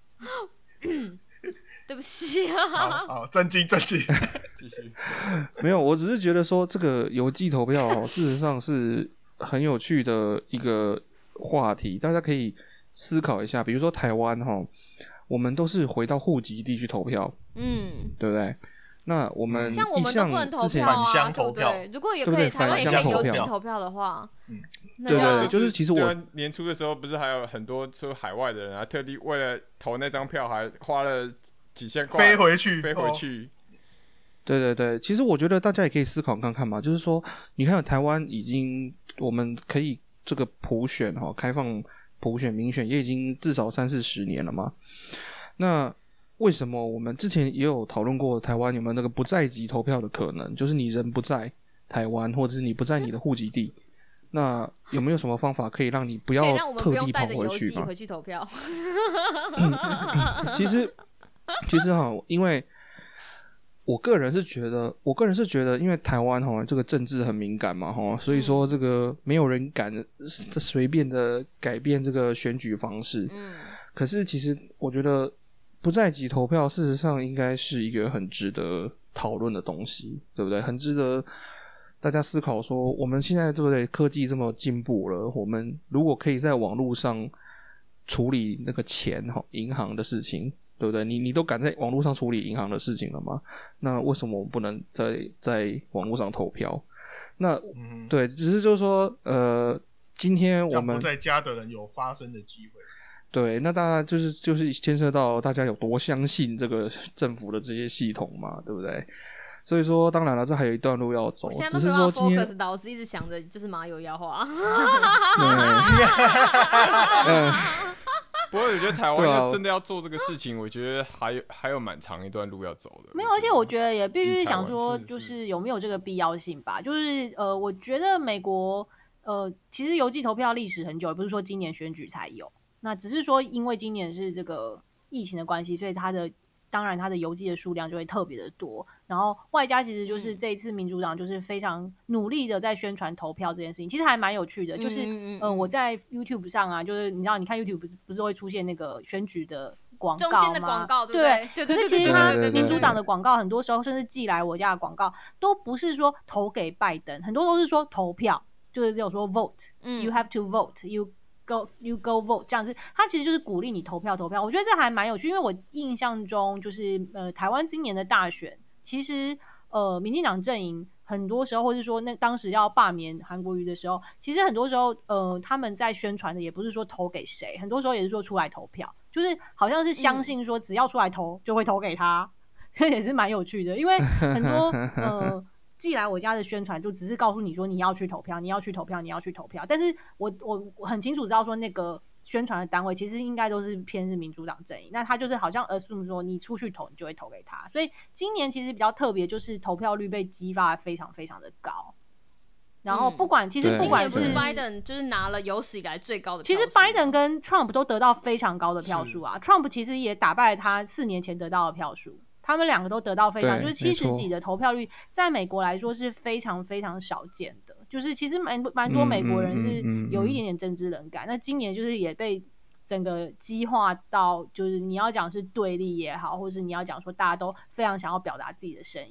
[SPEAKER 1] 对不起啊，
[SPEAKER 4] 好好，正经正经，
[SPEAKER 5] 继续。
[SPEAKER 3] 没有，我只是觉得说这个邮寄投票、哦，事实上是很有趣的一个话题，大家可以思考一下。比如说台湾哈、哦，我们都是回到户籍地去投票，嗯，对不对？那我们
[SPEAKER 1] 像我们都不能投票啊，对不对？如果也可以，台湾也可以邮寄投票的话，嗯，
[SPEAKER 3] 对对对，就是其实我
[SPEAKER 5] 年初的时候，不是还有很多出海外的人啊，特地为了投那张票，还花了几千块
[SPEAKER 4] 飞回去，
[SPEAKER 5] 飞回去。
[SPEAKER 3] 哦、对对对，其实我觉得大家也可以思考看看嘛，就是说，你看台湾已经我们可以这个普选哈、哦，开放普选民选也已经至少三四十年了嘛。那为什么我们之前也有讨论过台湾有没有那个不在籍投票的可能？就是你人不在台湾，或者是你不在你的户籍地，那有没有什么方法可以让你不要特地跑回去嘛？
[SPEAKER 1] 回去投票。
[SPEAKER 3] 其实。其实哈，因为我个人是觉得，我个人是觉得，因为台湾哈这个政治很敏感嘛哈，所以说这个没有人敢随便的改变这个选举方式。嗯，可是其实我觉得不在籍投票，事实上应该是一个很值得讨论的东西，对不对？很值得大家思考说，我们现在对不对？科技这么进步了，我们如果可以在网络上处理那个钱哈，银行的事情。对不对？你你都敢在网络上处理银行的事情了吗？那为什么我们不能在在网络上投票？那、嗯、对，只是就是说，呃，今天我们
[SPEAKER 4] 不在家的人有发声的机会。
[SPEAKER 3] 对，那大家就是就是牵涉到大家有多相信这个政府的这些系统嘛，对不对？所以说，当然了，这还有一段路要走。只是说今天
[SPEAKER 1] 老师一直想着就是麻油腰花。
[SPEAKER 5] 嗯。不过我觉得台湾要真的要做这个事情，啊、我觉得还有还有蛮长一段路要走的。
[SPEAKER 2] 没有，而且我觉得也必须想说，就是有没有这个必要性吧？就是呃，我觉得美国呃，其实邮寄投票历史很久，也不是说今年选举才有，那只是说因为今年是这个疫情的关系，所以它的当然它的邮寄的数量就会特别的多。然后外加其实就是这一次民主党就是非常努力的在宣传投票这件事情，其实还蛮有趣的。就是嗯、呃，我在 YouTube 上啊，就是你知道，你看 YouTube 不是不是会出现那个选举的广告吗？
[SPEAKER 1] 中间的广告，对不对？
[SPEAKER 2] 对。可是其实它民主党的广告很多时候甚至寄来我家的广告都不是说投给拜登，很多都是说投票，就是只有说 vote，嗯 you have to vote，you go you go vote 这样子，它其实就是鼓励你投票投票。我觉得这还蛮有趣，因为我印象中就是呃台湾今年的大选。其实，呃，民进党阵营很多时候，或是说那当时要罢免韩国瑜的时候，其实很多时候，呃，他们在宣传的也不是说投给谁，很多时候也是说出来投票，就是好像是相信说只要出来投就会投给他，这、嗯、也是蛮有趣的。因为很多呃寄来我家的宣传就只是告诉你说你要去投票，你要去投票，你要去投票，但是我我很清楚知道说那个。宣传的单位其实应该都是偏是民主党阵营，那他就是好像 assume 说你出去投你就会投给他，所以今年其实比较特别，就是投票率被激发非常非常的高。然后不管、嗯、其实不管是
[SPEAKER 1] Biden 就是拿了有史以来最高的
[SPEAKER 2] 票数，其实 Biden 跟 Trump 都得到非常高的票数啊 ，Trump 其实也打败了他四年前得到的票数，他们两个都得到非常就是七十几的投票率，在美国来说是非常非常少见的。就是其实蛮蛮多美国人是有一点点政治冷感，嗯嗯嗯嗯、那今年就是也被整个激化到，就是你要讲是对立也好，或是你要讲说大家都非常想要表达自己的声音，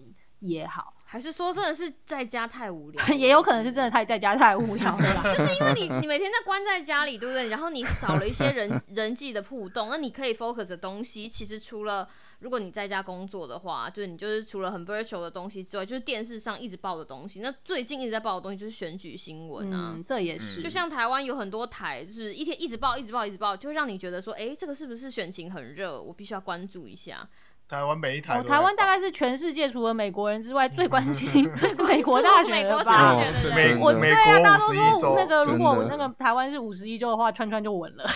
[SPEAKER 2] 也好。
[SPEAKER 1] 还是说真的是在家太无聊
[SPEAKER 2] 也有可能是真的太在家太无聊了啦
[SPEAKER 1] 就是因为你你每天在关在家里，对不对？然后你少了一些人人际的互动，那你可以 focus 的东西，其实除了如果你在家工作的话，就是你就是除了很 virtual 的东西之外，就是电视上一直报的东西。那最近一直在报的东西就是选举新闻啊，
[SPEAKER 2] 嗯，这也是。
[SPEAKER 1] 就像台湾有很多台，就是一天一直报一直报一直报，就会让你觉得说，哎，这个是不是选情很热？我必须要关注一下。
[SPEAKER 4] 台湾每一台、
[SPEAKER 2] 哦，台湾大概是全世界除了美国人之外最关心美国大选的吧？
[SPEAKER 4] 美
[SPEAKER 2] 我对啊，大家都说那个如果那
[SPEAKER 3] 个
[SPEAKER 2] 台湾是五十一州的话，川川就稳了。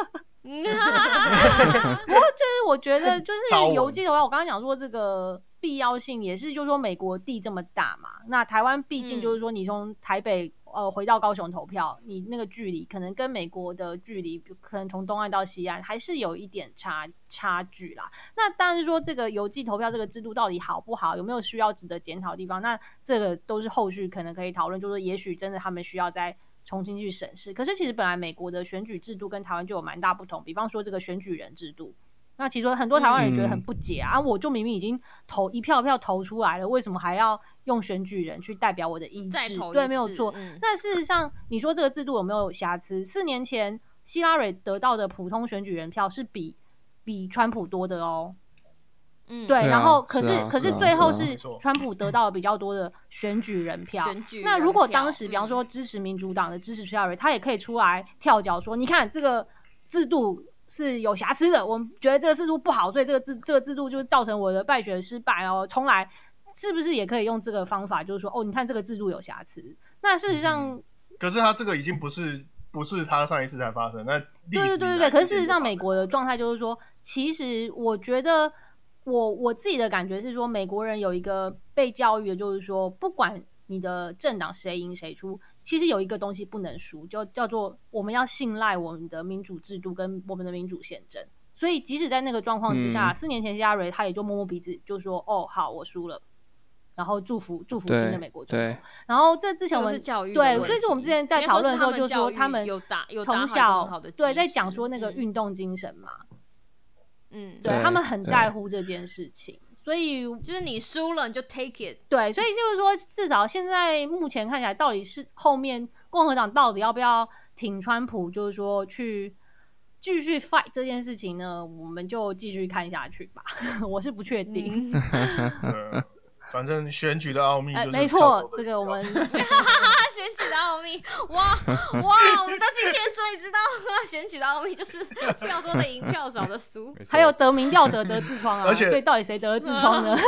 [SPEAKER 2] 不过就是我觉得就是邮寄的话，我刚刚讲说这个必要性也是，就是说美国地这么大嘛，那台湾毕竟就是说你从台北、嗯、呃回到高雄投票，你那个距离可能跟美国的距离，可能从东岸到西岸还是有一点差差距啦。那当然说这个邮寄投票这个制度到底好不好，有没有需要值得检讨的地方，那这个都是后续可能可以讨论，就是也许真的他们需要在重新去审视。可是其实本来美国的选举制度跟台湾就有蛮大不同，比方说这个选举人制度，那其实很多台湾人觉得很不解 啊,、嗯、啊我就明明已经投一票票投出来了，为什么还要用选举人去代表我的意志？对，没有错、嗯。那事实上你说这个制度有没有瑕疵？四年前希拉蕊得到的普通选举人票是比比川普多的哦。嗯，对，然后可是、啊、可是最后是川普得到了比较多的选举人票。选举人票那如果当时比方说支持民主党的支持希拉蕊，他也可以出来跳脚说，你看这个制度是有瑕疵的，我们觉得这个制度不好，所以这个制这个制度就造成我的败选失败哦，重来，是不是也可以用这个方法，就是说哦，你看这个制度有瑕疵？那事实上，
[SPEAKER 4] 嗯、可是他这个已经不是不是他上一次才发生，那
[SPEAKER 2] 对对对对对，可是事实上美国的状态就是说，其实我觉得。我我自己的感觉是说，美国人有一个被教育的，就是说，不管你的政党谁赢谁出，其实有一个东西不能输，就叫做我们要信赖我们的民主制度跟我们的民主宪政。所以，即使在那个状况之下，嗯、四年前希拉蕊他也就摸摸鼻子，就说：“哦，好，我输了。”然后祝福祝福新的美国总统。然后这之前我们对，所以说我们之前在讨论的时候，就说他们从小对在讲说那个运动精神嘛。嗯嗯，对他们很在乎这件事情，所以
[SPEAKER 1] 就是你输了你就 take it。
[SPEAKER 2] 对，所以就是说，至少现在目前看起来，到底是后面共和党到底要不要挺川普，就是说去继续 fight 这件事情呢？我们就继续看下去吧。我是不确定。
[SPEAKER 4] 嗯反正选举的奥秘就是、
[SPEAKER 2] 呃、没错，这个我们选
[SPEAKER 1] 举的奥秘，哇哇，我们到今天终于知道选举的奥秘就是票多的赢，票少的输，
[SPEAKER 2] 还有得民调者得痔疮啊，所以到底谁得了痔疮呢？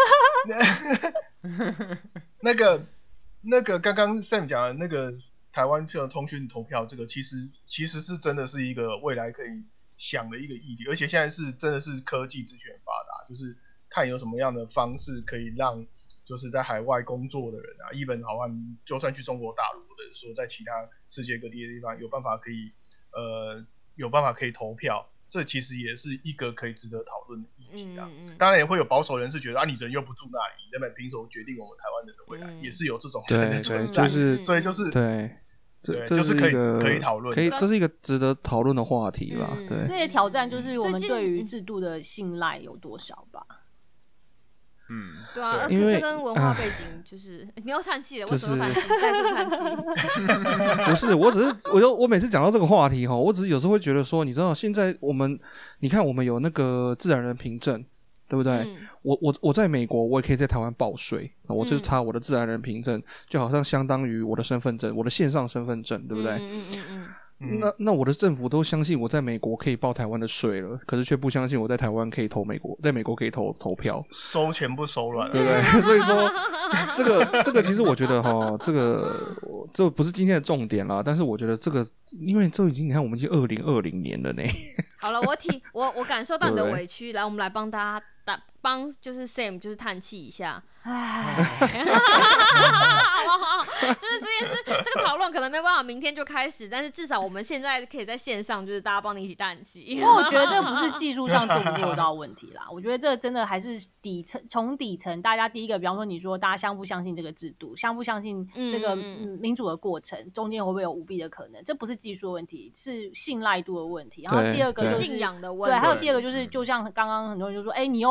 [SPEAKER 4] 那个那个刚刚 Sam 讲的那个台湾的通讯投票，这个其实其实是真的是一个未来可以想的一个议题，而且现在是真的是科技资讯发达，就是看有什么样的方式可以让。就是在海外工作的人啊 ，even 好像就算去中国大陆，或者说在其他世界各地的地方，有办法可以呃有办法可以投票，这其实也是一个可以值得讨论的议题啊。嗯嗯当然也会有保守人士觉得啊，你人又不住那里，你根本凭什么决定我们台湾人的未来？嗯、也是有这种人的存在，
[SPEAKER 3] 就是
[SPEAKER 4] 所以就是
[SPEAKER 3] 对。
[SPEAKER 4] 对，就是可以可以讨论，
[SPEAKER 3] 可以，这是一个值得讨论的话题吧？嗯、对，
[SPEAKER 2] 这些挑战就是我们对于制度的信赖有多少吧。
[SPEAKER 5] 嗯，
[SPEAKER 1] 对啊，而且这跟文化背景就是，呃、你要叹气了，为什么叹气？再度叹气。
[SPEAKER 3] 不是，我只是，我就我每次讲到这个话题哈，我只是有时候会觉得说，你知道，现在我们，你看我们有那个自然人凭证，对不对？嗯、我我我在美国，我也可以在台湾报税，我就是查我的自然人凭证，嗯、就好像相当于我的身份证，我的线上身份证，对不对？嗯嗯嗯嗯。那那我的政府都相信我在美国可以报台湾的税了，可是却不相信我在台湾可以投美国，在美国可以投投票，
[SPEAKER 4] 收钱不手软，
[SPEAKER 3] 对不对？所以说这个这个其实我觉得哈，这个这不是今天的重点啦，但是我觉得这个，因为这已经你看我们已经二零二零年了呢。
[SPEAKER 1] 好了，我体我我感受到你的委屈，来，我们来帮大家打帮就是 Sam 就是叹气一下。唉，好不好？就是这件事，这个讨论可能没有办法明天就开始，但是至少我们现在可以在线上，就是大家帮你一起叹气。
[SPEAKER 2] 因为我觉得这不是技术上做不做到问题啦，我觉得这真的还是底层，从底层，大家第一个，比方说你说大家相不相信这个制度，相不相信这个民主的过程，中间会不会有舞弊的可能？这不是技术的问题，是信赖度的问题。然后第二个、就是、
[SPEAKER 1] 信仰的问题。
[SPEAKER 2] 对，还有第二个就是，就像刚刚很多人就说，哎、欸，你有很多人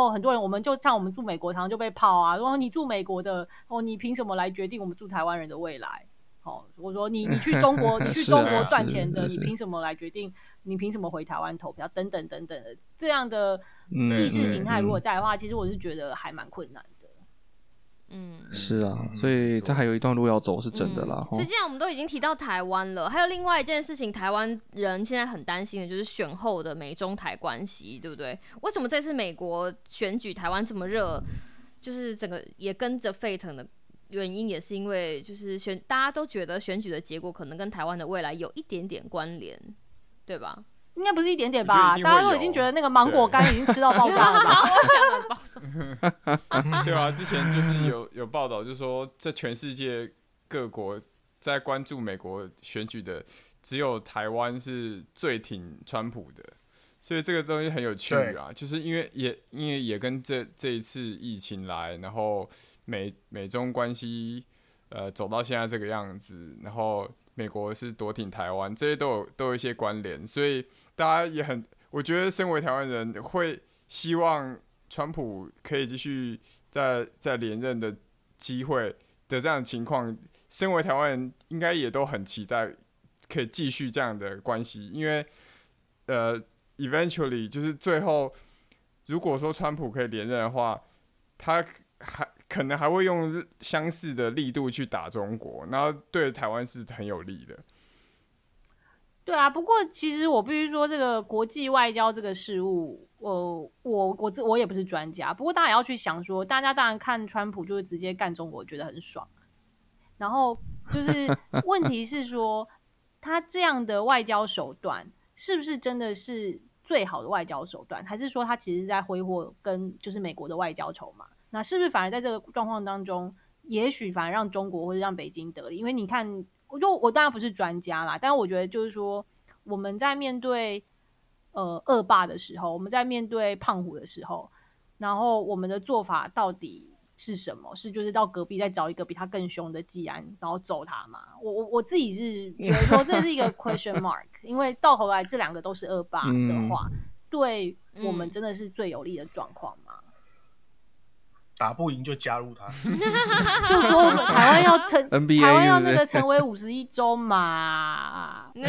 [SPEAKER 2] 我们就像我们住美国，常常就被炮啊，说你住美国的哦，你凭什么来决定我们住台湾人的未来？哦，我说你你去中国，你去中国赚钱的，你凭什么来决定？你凭什么回台湾投票？等等等等的这样的意识形态，如果在的话，嗯、其实我是觉得还蛮困难的。
[SPEAKER 1] 嗯，
[SPEAKER 3] 是啊，所以这还有一段路要走，是真的啦。
[SPEAKER 1] 嗯、所以既然我们都已经提到台湾了，还有另外一件事情，台湾人现在很担心的就是选后的美中台关系，对不对？为什么这次美国选举台湾这么热？就是整个也跟着沸腾的。原因也是因为，就是选大家都觉得选举的结果可能跟台湾的未来有一点点关联，对吧？
[SPEAKER 2] 应该不是一点点吧？大家都已经觉得那个芒果干已经吃到爆炸了吧？
[SPEAKER 1] 我讲的很保守。
[SPEAKER 5] 对啊，之前就是有有报道，就是说这全世界各国在关注美国选举的，只有台湾是最挺川普的，所以这个东西很有趣啊。就是因为也因为也跟这这一次疫情来，然后。美美中关系，呃，走到现在这个样子，然后美国是多挺台湾，这些都有都有一些关联，所以大家也很，我觉得身为台湾人会希望川普可以继续在在连任的机会的这样的情况，身为台湾人应该也都很期待可以继续这样的关系，因为呃 ，eventually 就是最后，如果说川普可以连任的话，他还。可能还会用相似的力度去打中国，然后对台湾是很有利的。
[SPEAKER 2] 对啊，不过其实我必须说，这个国际外交这个事物，我我我我也不是专家，不过大家也要去想说，大家当然看川普就是直接干中国，觉得很爽。然后就是问题是说，他这样的外交手段是不是真的是最好的外交手段，还是说他其实在挥霍跟就是美国的外交筹码？那是不是反而在这个状况当中，也许反而让中国或者让北京得利？因为你看，我就我当然不是专家啦，但是我觉得就是说，我们在面对呃恶霸的时候，我们在面对胖虎的时候，然后我们的做法到底是什么？是就是到隔壁再找一个比他更凶的技安，然后揍他嘛？我我我自己是觉得说这是一个 question mark， 因为到头来这两个都是恶霸的话，嗯、对我们真的是最有利的状况吗？
[SPEAKER 4] 打不赢就加入他，
[SPEAKER 2] 就说台湾要成台湾要那个成为五十一州嘛，
[SPEAKER 5] 那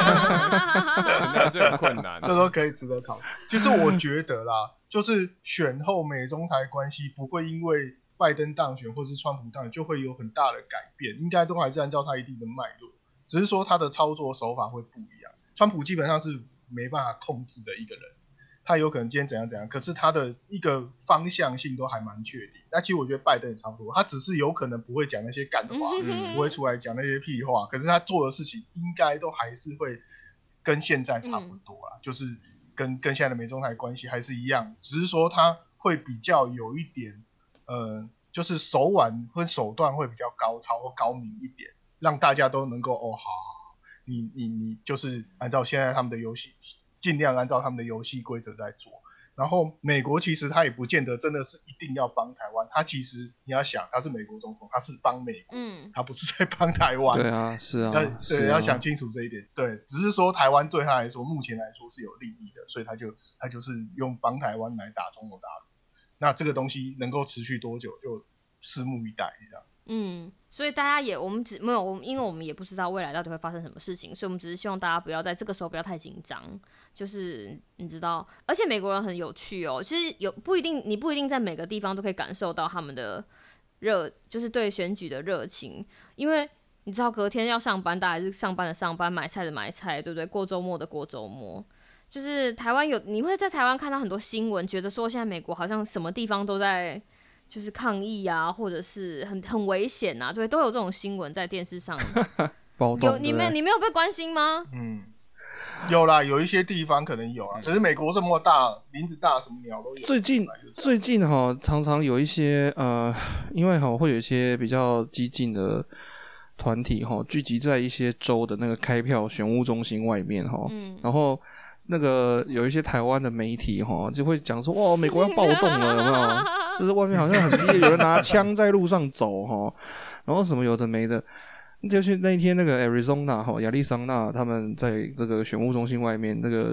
[SPEAKER 5] 这很困难，
[SPEAKER 4] 这都可以值得讨论。其实我觉得啦，就是选后美中台关系不会因为拜登当选或是川普当选就会有很大的改变，应该都还是按照他一定的脉络，只是说他的操作手法会不一样。川普基本上是没办法控制的一个人。他有可能今天怎样怎样，可是他的一个方向性都还蛮确定。那其实我觉得拜登也差不多，他只是有可能不会讲那些干话，嗯、不会出来讲那些屁话，可是他做的事情应该都还是会跟现在差不多啦，嗯、就是跟跟现在的美中台关系还是一样，只是说他会比较有一点，呃，就是手腕或手段会比较高超或高明一点，让大家都能够哦，好好，你你你就是按照现在他们的游戏。尽量按照他们的游戏规则在做，然后美国其实他也不见得真的是一定要帮台湾，他其实你要想他是美国总统，他是帮美国，嗯，他不是在帮台湾，
[SPEAKER 3] 对啊，是啊，
[SPEAKER 4] 要对、
[SPEAKER 3] 啊、
[SPEAKER 4] 要想清楚这一点，对，只是说台湾对他来说目前来说是有利益的，所以他就他就是用帮台湾来打中国大陆，那这个东西能够持续多久就拭目以待这样。
[SPEAKER 1] 嗯，所以大家也我们只没有我们，因为我们也不知道未来到底会发生什么事情，所以我们只是希望大家不要在这个时候不要太紧张。就是你知道，而且美国人很有趣哦，其实有不一定，你不一定在每个地方都可以感受到他们的热，就是对选举的热情，因为你知道隔天要上班，大家还是上班的上班，买菜的买菜，对不对？过周末的过周末。就是台湾有，你会在台湾看到很多新闻，觉得说现在美国好像什么地方都在。就是抗议啊，或者是很很危险啊，对，都有这种新闻在电视上。有你没你没有被关心吗？
[SPEAKER 4] 嗯，有啦，有一些地方可能有啊，可是美国这么大，林子大，什么鸟都有。
[SPEAKER 3] 最近最近哈，常常有一些呃，因为哈会有一些比较激进的团体哈，聚集在一些州的那个开票选务中心外面哈，嗯、然后。那个有一些台湾的媒体哈，就会讲说哇，美国要暴动了，有没有？就是外面好像很激烈，有人拿枪在路上走哈，然后什么有的没的。就是那一天那个 Arizona 哈，亚利桑那他们在这个选务中心外面，那个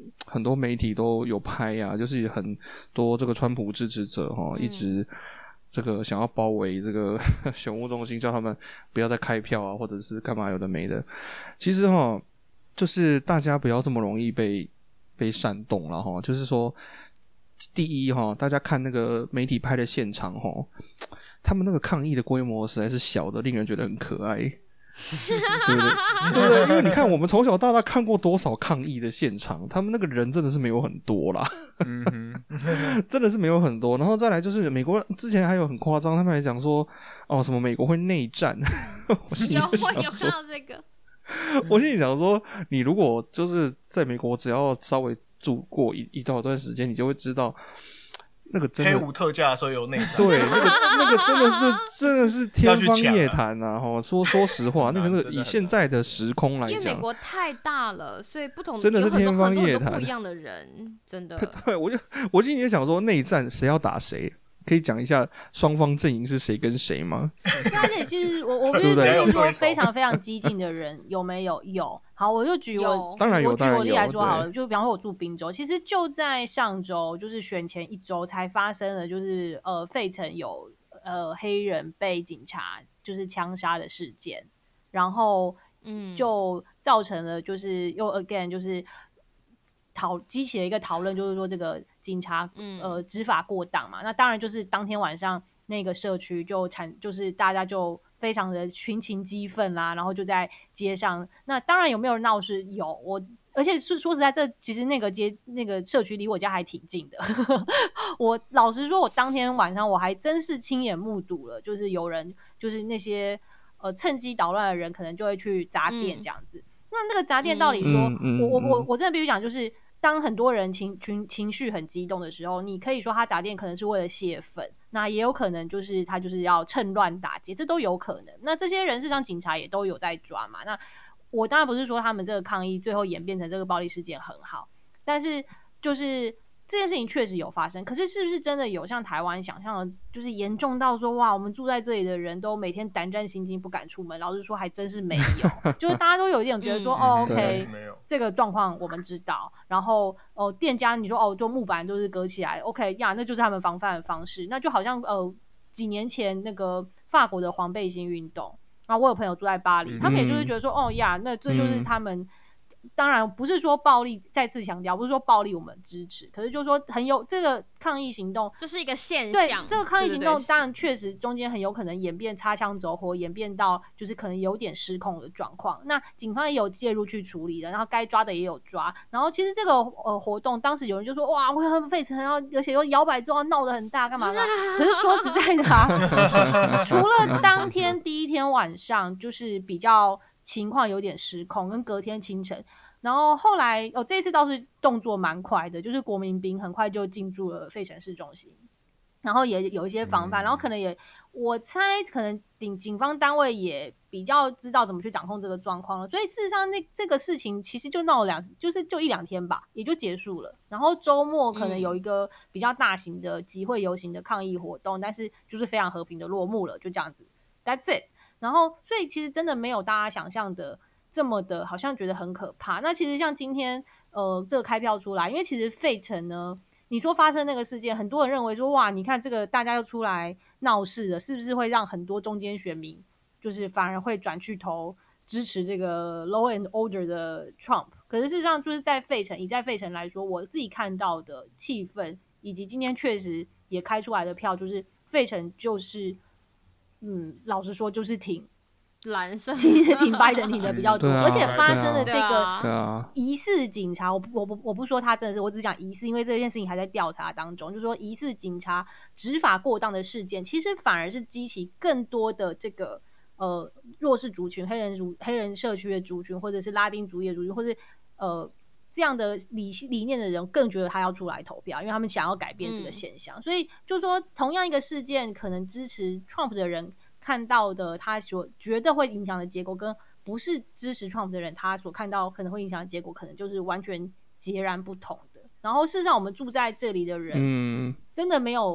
[SPEAKER 3] 很多媒体都有拍啊，就是很多这个川普支持者齁、嗯、一直这个想要包围这个选务中心，叫他们不要再开票啊，或者是干嘛有的没的。其实齁就是大家不要这么容易被被煽动啦齁，就是说第一齁大家看那个媒体拍的现场齁，他们那个抗议的规模实在是小的令人觉得很可爱。对不对？对不对？因为你看，我们从小到大看过多少抗议的现场，他们那个人真的是没有很多啦，嗯哼真的是没有很多。然后再来就是美国之前还有很夸张，他们还讲说哦什么美国会内战，我
[SPEAKER 1] 有我有看到这个，
[SPEAKER 3] 我心里想说，你如果就是在美国，只要稍微住过一一段段时间，你就会知道。那个真的
[SPEAKER 4] 黑五特价的时候有内战，
[SPEAKER 3] 对，那个那个真的是真的是天方夜谭啊！哈，说说实话，那个那个以现在的时空来讲，
[SPEAKER 1] 因为美国太大了，所以不同
[SPEAKER 3] 真的是天方夜谭，
[SPEAKER 1] 不一样的人，真的。
[SPEAKER 3] 对，我就我今天想说，内战谁要打谁？可以讲一下双方阵营是谁跟谁吗？
[SPEAKER 2] 而且其实我我不是说非常非常激进的人有没有？有。好，我就举我
[SPEAKER 3] 当然有，
[SPEAKER 2] 我举我例来说好了，就比方说我住宾州，其实就在上周，就是选前一周才发生了，就是呃费城有呃黑人被警察就是枪杀的事件，然后嗯就造成了就是又 again 就是讨激起了一个讨论，就是说这个警察呃执法过当嘛，那当然就是当天晚上那个社区就产就是大家就非常的群情激愤啦，然后就在街上，那当然有没有人闹事有，我而且说实在这其实那个街那个社区离我家还挺近的我老实说我当天晚上我还真是亲眼目睹了，就是有人就是那些呃趁机捣乱的人可能就会去砸店这样子、嗯、那那个砸店到底说、嗯嗯、我我我我真的必须讲，就是当很多人情情情绪很激动的时候，你可以说他砸店可能是为了泄愤，那也有可能就是他就是要趁乱打劫，这都有可能。那这些人事实上警察也都有在抓嘛。那我当然不是说他们这个抗议最后演变成这个暴力事件很好，但是就是这件事情确实有发生，可是是不是真的有像台湾想象的，就是严重到说哇，我们住在这里的人都每天胆战心惊不敢出门？老实说，还真是没有，就是大家都有一点觉得说，嗯、哦 ，OK， 这个状况我们知道，然后哦，店家你说哦，就木板都是隔起来 ，OK 呀，那就是他们防范的方式，那就好像呃几年前那个法国的黄背心运动，然后我有朋友住在巴黎，他们也就是觉得说，哦呀，那这就是他们。嗯当然不是说暴力，再次强调不是说暴力我们支持，可是就是说很有这个抗议行动，
[SPEAKER 1] 这是一个现象。
[SPEAKER 2] 对，这个抗议行动当然确实中间很有可能演变擦枪走火，演变到就是可能有点失控的状况。那警方也有介入去处理的，然后该抓的也有抓。然后其实这个呃活动，当时有人就说哇，会很费城，然后而且又摇摆州闹得很大，干嘛干嘛？可是说实在的啊，除了当天第一天晚上就是比较。情况有点失控，跟隔天清晨，然后后来哦，这一次倒是动作蛮快的，就是国民兵很快就进驻了费城市中心，然后也有一些防范，嗯、然后可能也我猜可能警警方单位也比较知道怎么去掌控这个状况了，所以事实上那这个事情其实就闹了两，就是就一两天吧，也就结束了。然后周末可能有一个比较大型的集会游行的抗议活动，但是就是非常和平的落幕了，就这样子 ，That's it。然后，所以其实真的没有大家想象的这么的，好像觉得很可怕。那其实像今天，呃，这个开票出来，因为其实费城呢，你说发生那个事件，很多人认为说，哇，你看这个大家又出来闹事了，是不是会让很多中间选民，就是反而会转去投支持这个 law and order 的 Trump？ 可是事实上，就是在费城，以在费城来说，我自己看到的气氛，以及今天确实也开出来的票，就是费城就是。嗯，老实说就是挺
[SPEAKER 1] 蓝色，
[SPEAKER 2] 其实挺拜登挺的比较多，
[SPEAKER 3] 啊、
[SPEAKER 2] 而且发生了这个
[SPEAKER 3] 个
[SPEAKER 2] 疑似警察，我我不我不说他真的是，我只讲疑似，因为这件事情还在调查当中。就是说疑似警察执法过当的事件，其实反而是激起更多的这个呃弱势族群、黑人族、黑人社区的族群，或者是拉丁族裔的族群，或者呃。这样的理理念的人更觉得他要出来投票，因为他们想要改变这个现象。嗯、所以就说同样一个事件，可能支持 Trump 的人看到的他所觉得会影响的结果，跟不是支持 Trump 的人他所看到可能会影响的结果，可能就是完全截然不同的。然后事实上，我们住在这里的人，嗯，真的没有。就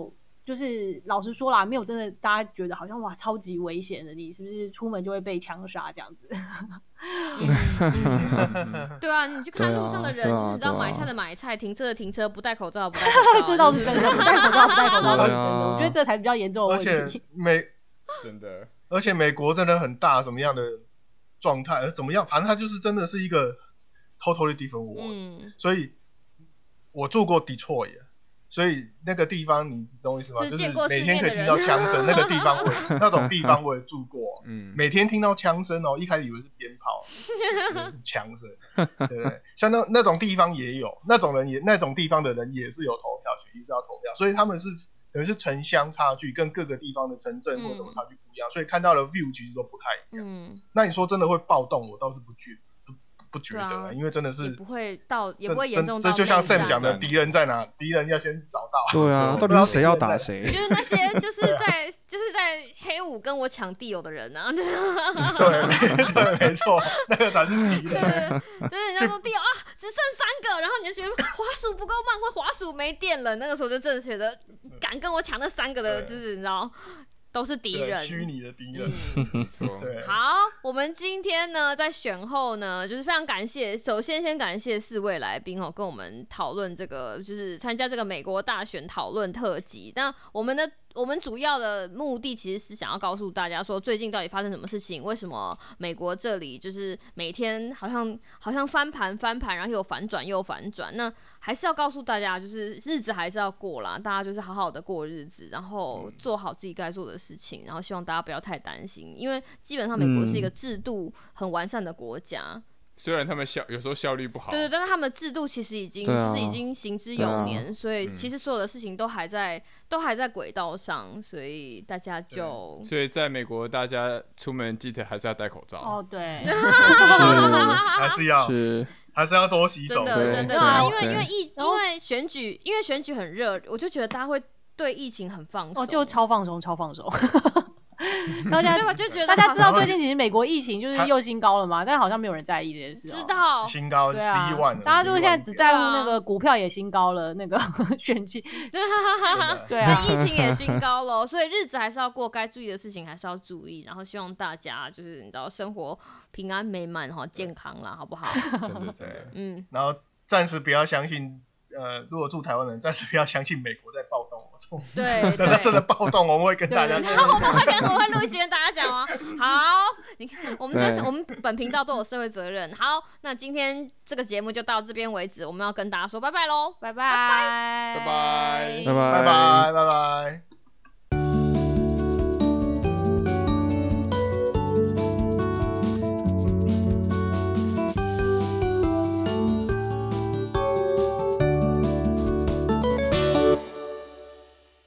[SPEAKER 2] 就是老实说啦，没有真的大家觉得好像哇超级危险的，你是不是出门就会被枪杀这样子？
[SPEAKER 1] 嗯嗯、对啊，你去看路上的人，啊啊、就是你知道买菜的买菜，停车的停车，不戴口罩不戴口罩，
[SPEAKER 2] 这倒是真的，不戴口罩不戴口罩倒是真的，我觉得这才比较严重的问题。
[SPEAKER 4] 而且美
[SPEAKER 5] 真的，
[SPEAKER 4] 而且美国真的很大，什么样的状态，怎么样，反正它就是真的是一个 totally different world、嗯。所以我住过 Detroit。所以那个地方你懂我意思吗？就是每天可以听到枪声，那个地方我那种地方我也住过，嗯，每天听到枪声哦，一开始以为是鞭炮，是枪声，对不对？像那那种地方也有，那种人也那种地方的人也是有投票权，也是要投票，所以他们是等于是城乡差距跟各个地方的城镇或什么差距不一样，嗯、所以看到的 view 其实都不太一样。嗯，那你说真的会暴动，我倒是不觉得。不觉得、啊，因为真的是
[SPEAKER 1] 也不会到，也不会严重到。
[SPEAKER 4] 这就像 Sam 讲的，敌人在哪？敌人要先找到。
[SPEAKER 3] 对啊，到底是谁要打谁？
[SPEAKER 1] 就是那些就是在就是在黑五跟我抢地友的人啊。对，
[SPEAKER 4] 对，没错，那个才是敌
[SPEAKER 1] 人。就是人家说地友啊，只剩三个，然后你就觉得滑鼠不够慢，或滑鼠没电了，那个时候就真的觉得敢跟我抢那三个的，就是你知道。都是敌人，
[SPEAKER 4] 虚拟的敌人。
[SPEAKER 1] 嗯、对，好，我们今天呢在选后呢，就是非常感谢，首先先感谢四位来宾哦，跟我们讨论这个，就是参加这个美国大选讨论特辑。那我们的我们主要的目的其实是想要告诉大家说，最近到底发生什么事情？为什么美国这里就是每天好像好像翻盘翻盘，然后又反转又反转？那还是要告诉大家，就是日子还是要过啦，大家就是好好的过日子，然后做好自己该做的事情，然后希望大家不要太担心，因为基本上美国是一个制度很完善的国家。嗯，
[SPEAKER 5] 虽然他们效有时候效率不好，
[SPEAKER 1] 对对，但是他们制度其实已经、啊、就是已经行之有年、啊，所以其实所有的事情都还在、嗯、都还在轨道上，所以大家就
[SPEAKER 5] 所以在美国大家出门记得还是要戴口罩
[SPEAKER 2] 哦，对，
[SPEAKER 4] 还是要
[SPEAKER 3] 是
[SPEAKER 4] 还是要多洗手，
[SPEAKER 1] 真的真的真的，因为因为疫因为选举因为选举很热，我就觉得大家会对疫情很放松，
[SPEAKER 2] 哦，就超放松超放松。大
[SPEAKER 1] 家对吧？就觉得
[SPEAKER 2] 大家知道最近其实美国疫情就是又新高了嘛，但好像没有人在意这件事、喔。
[SPEAKER 1] 知道
[SPEAKER 4] 新高十一万、啊，
[SPEAKER 2] 大家就是现在只在乎那个股票也新高了，那个选举，对啊，
[SPEAKER 1] 疫情也新高了，所以日子还是要过，该注意的事情还是要注意，然后希望大家就是你知道生活平安美满哈，健康啦，好不好？
[SPEAKER 5] 真的真的，
[SPEAKER 1] 嗯，
[SPEAKER 4] 然后暂时不要相信。呃，如果住台湾人，暂时不要相信美国在暴动。
[SPEAKER 1] 对，
[SPEAKER 4] 等到真的暴动，我们会跟大家讲。
[SPEAKER 1] 然后我们会跟我们会录一集跟大家讲哦。好，你看，我们这我们本频道都有社会责任。好，那今天这个节目就到这边为止，我们要跟大家说拜拜喽，
[SPEAKER 2] 拜拜，
[SPEAKER 5] 拜拜，
[SPEAKER 3] 拜拜，
[SPEAKER 4] 拜拜，拜拜。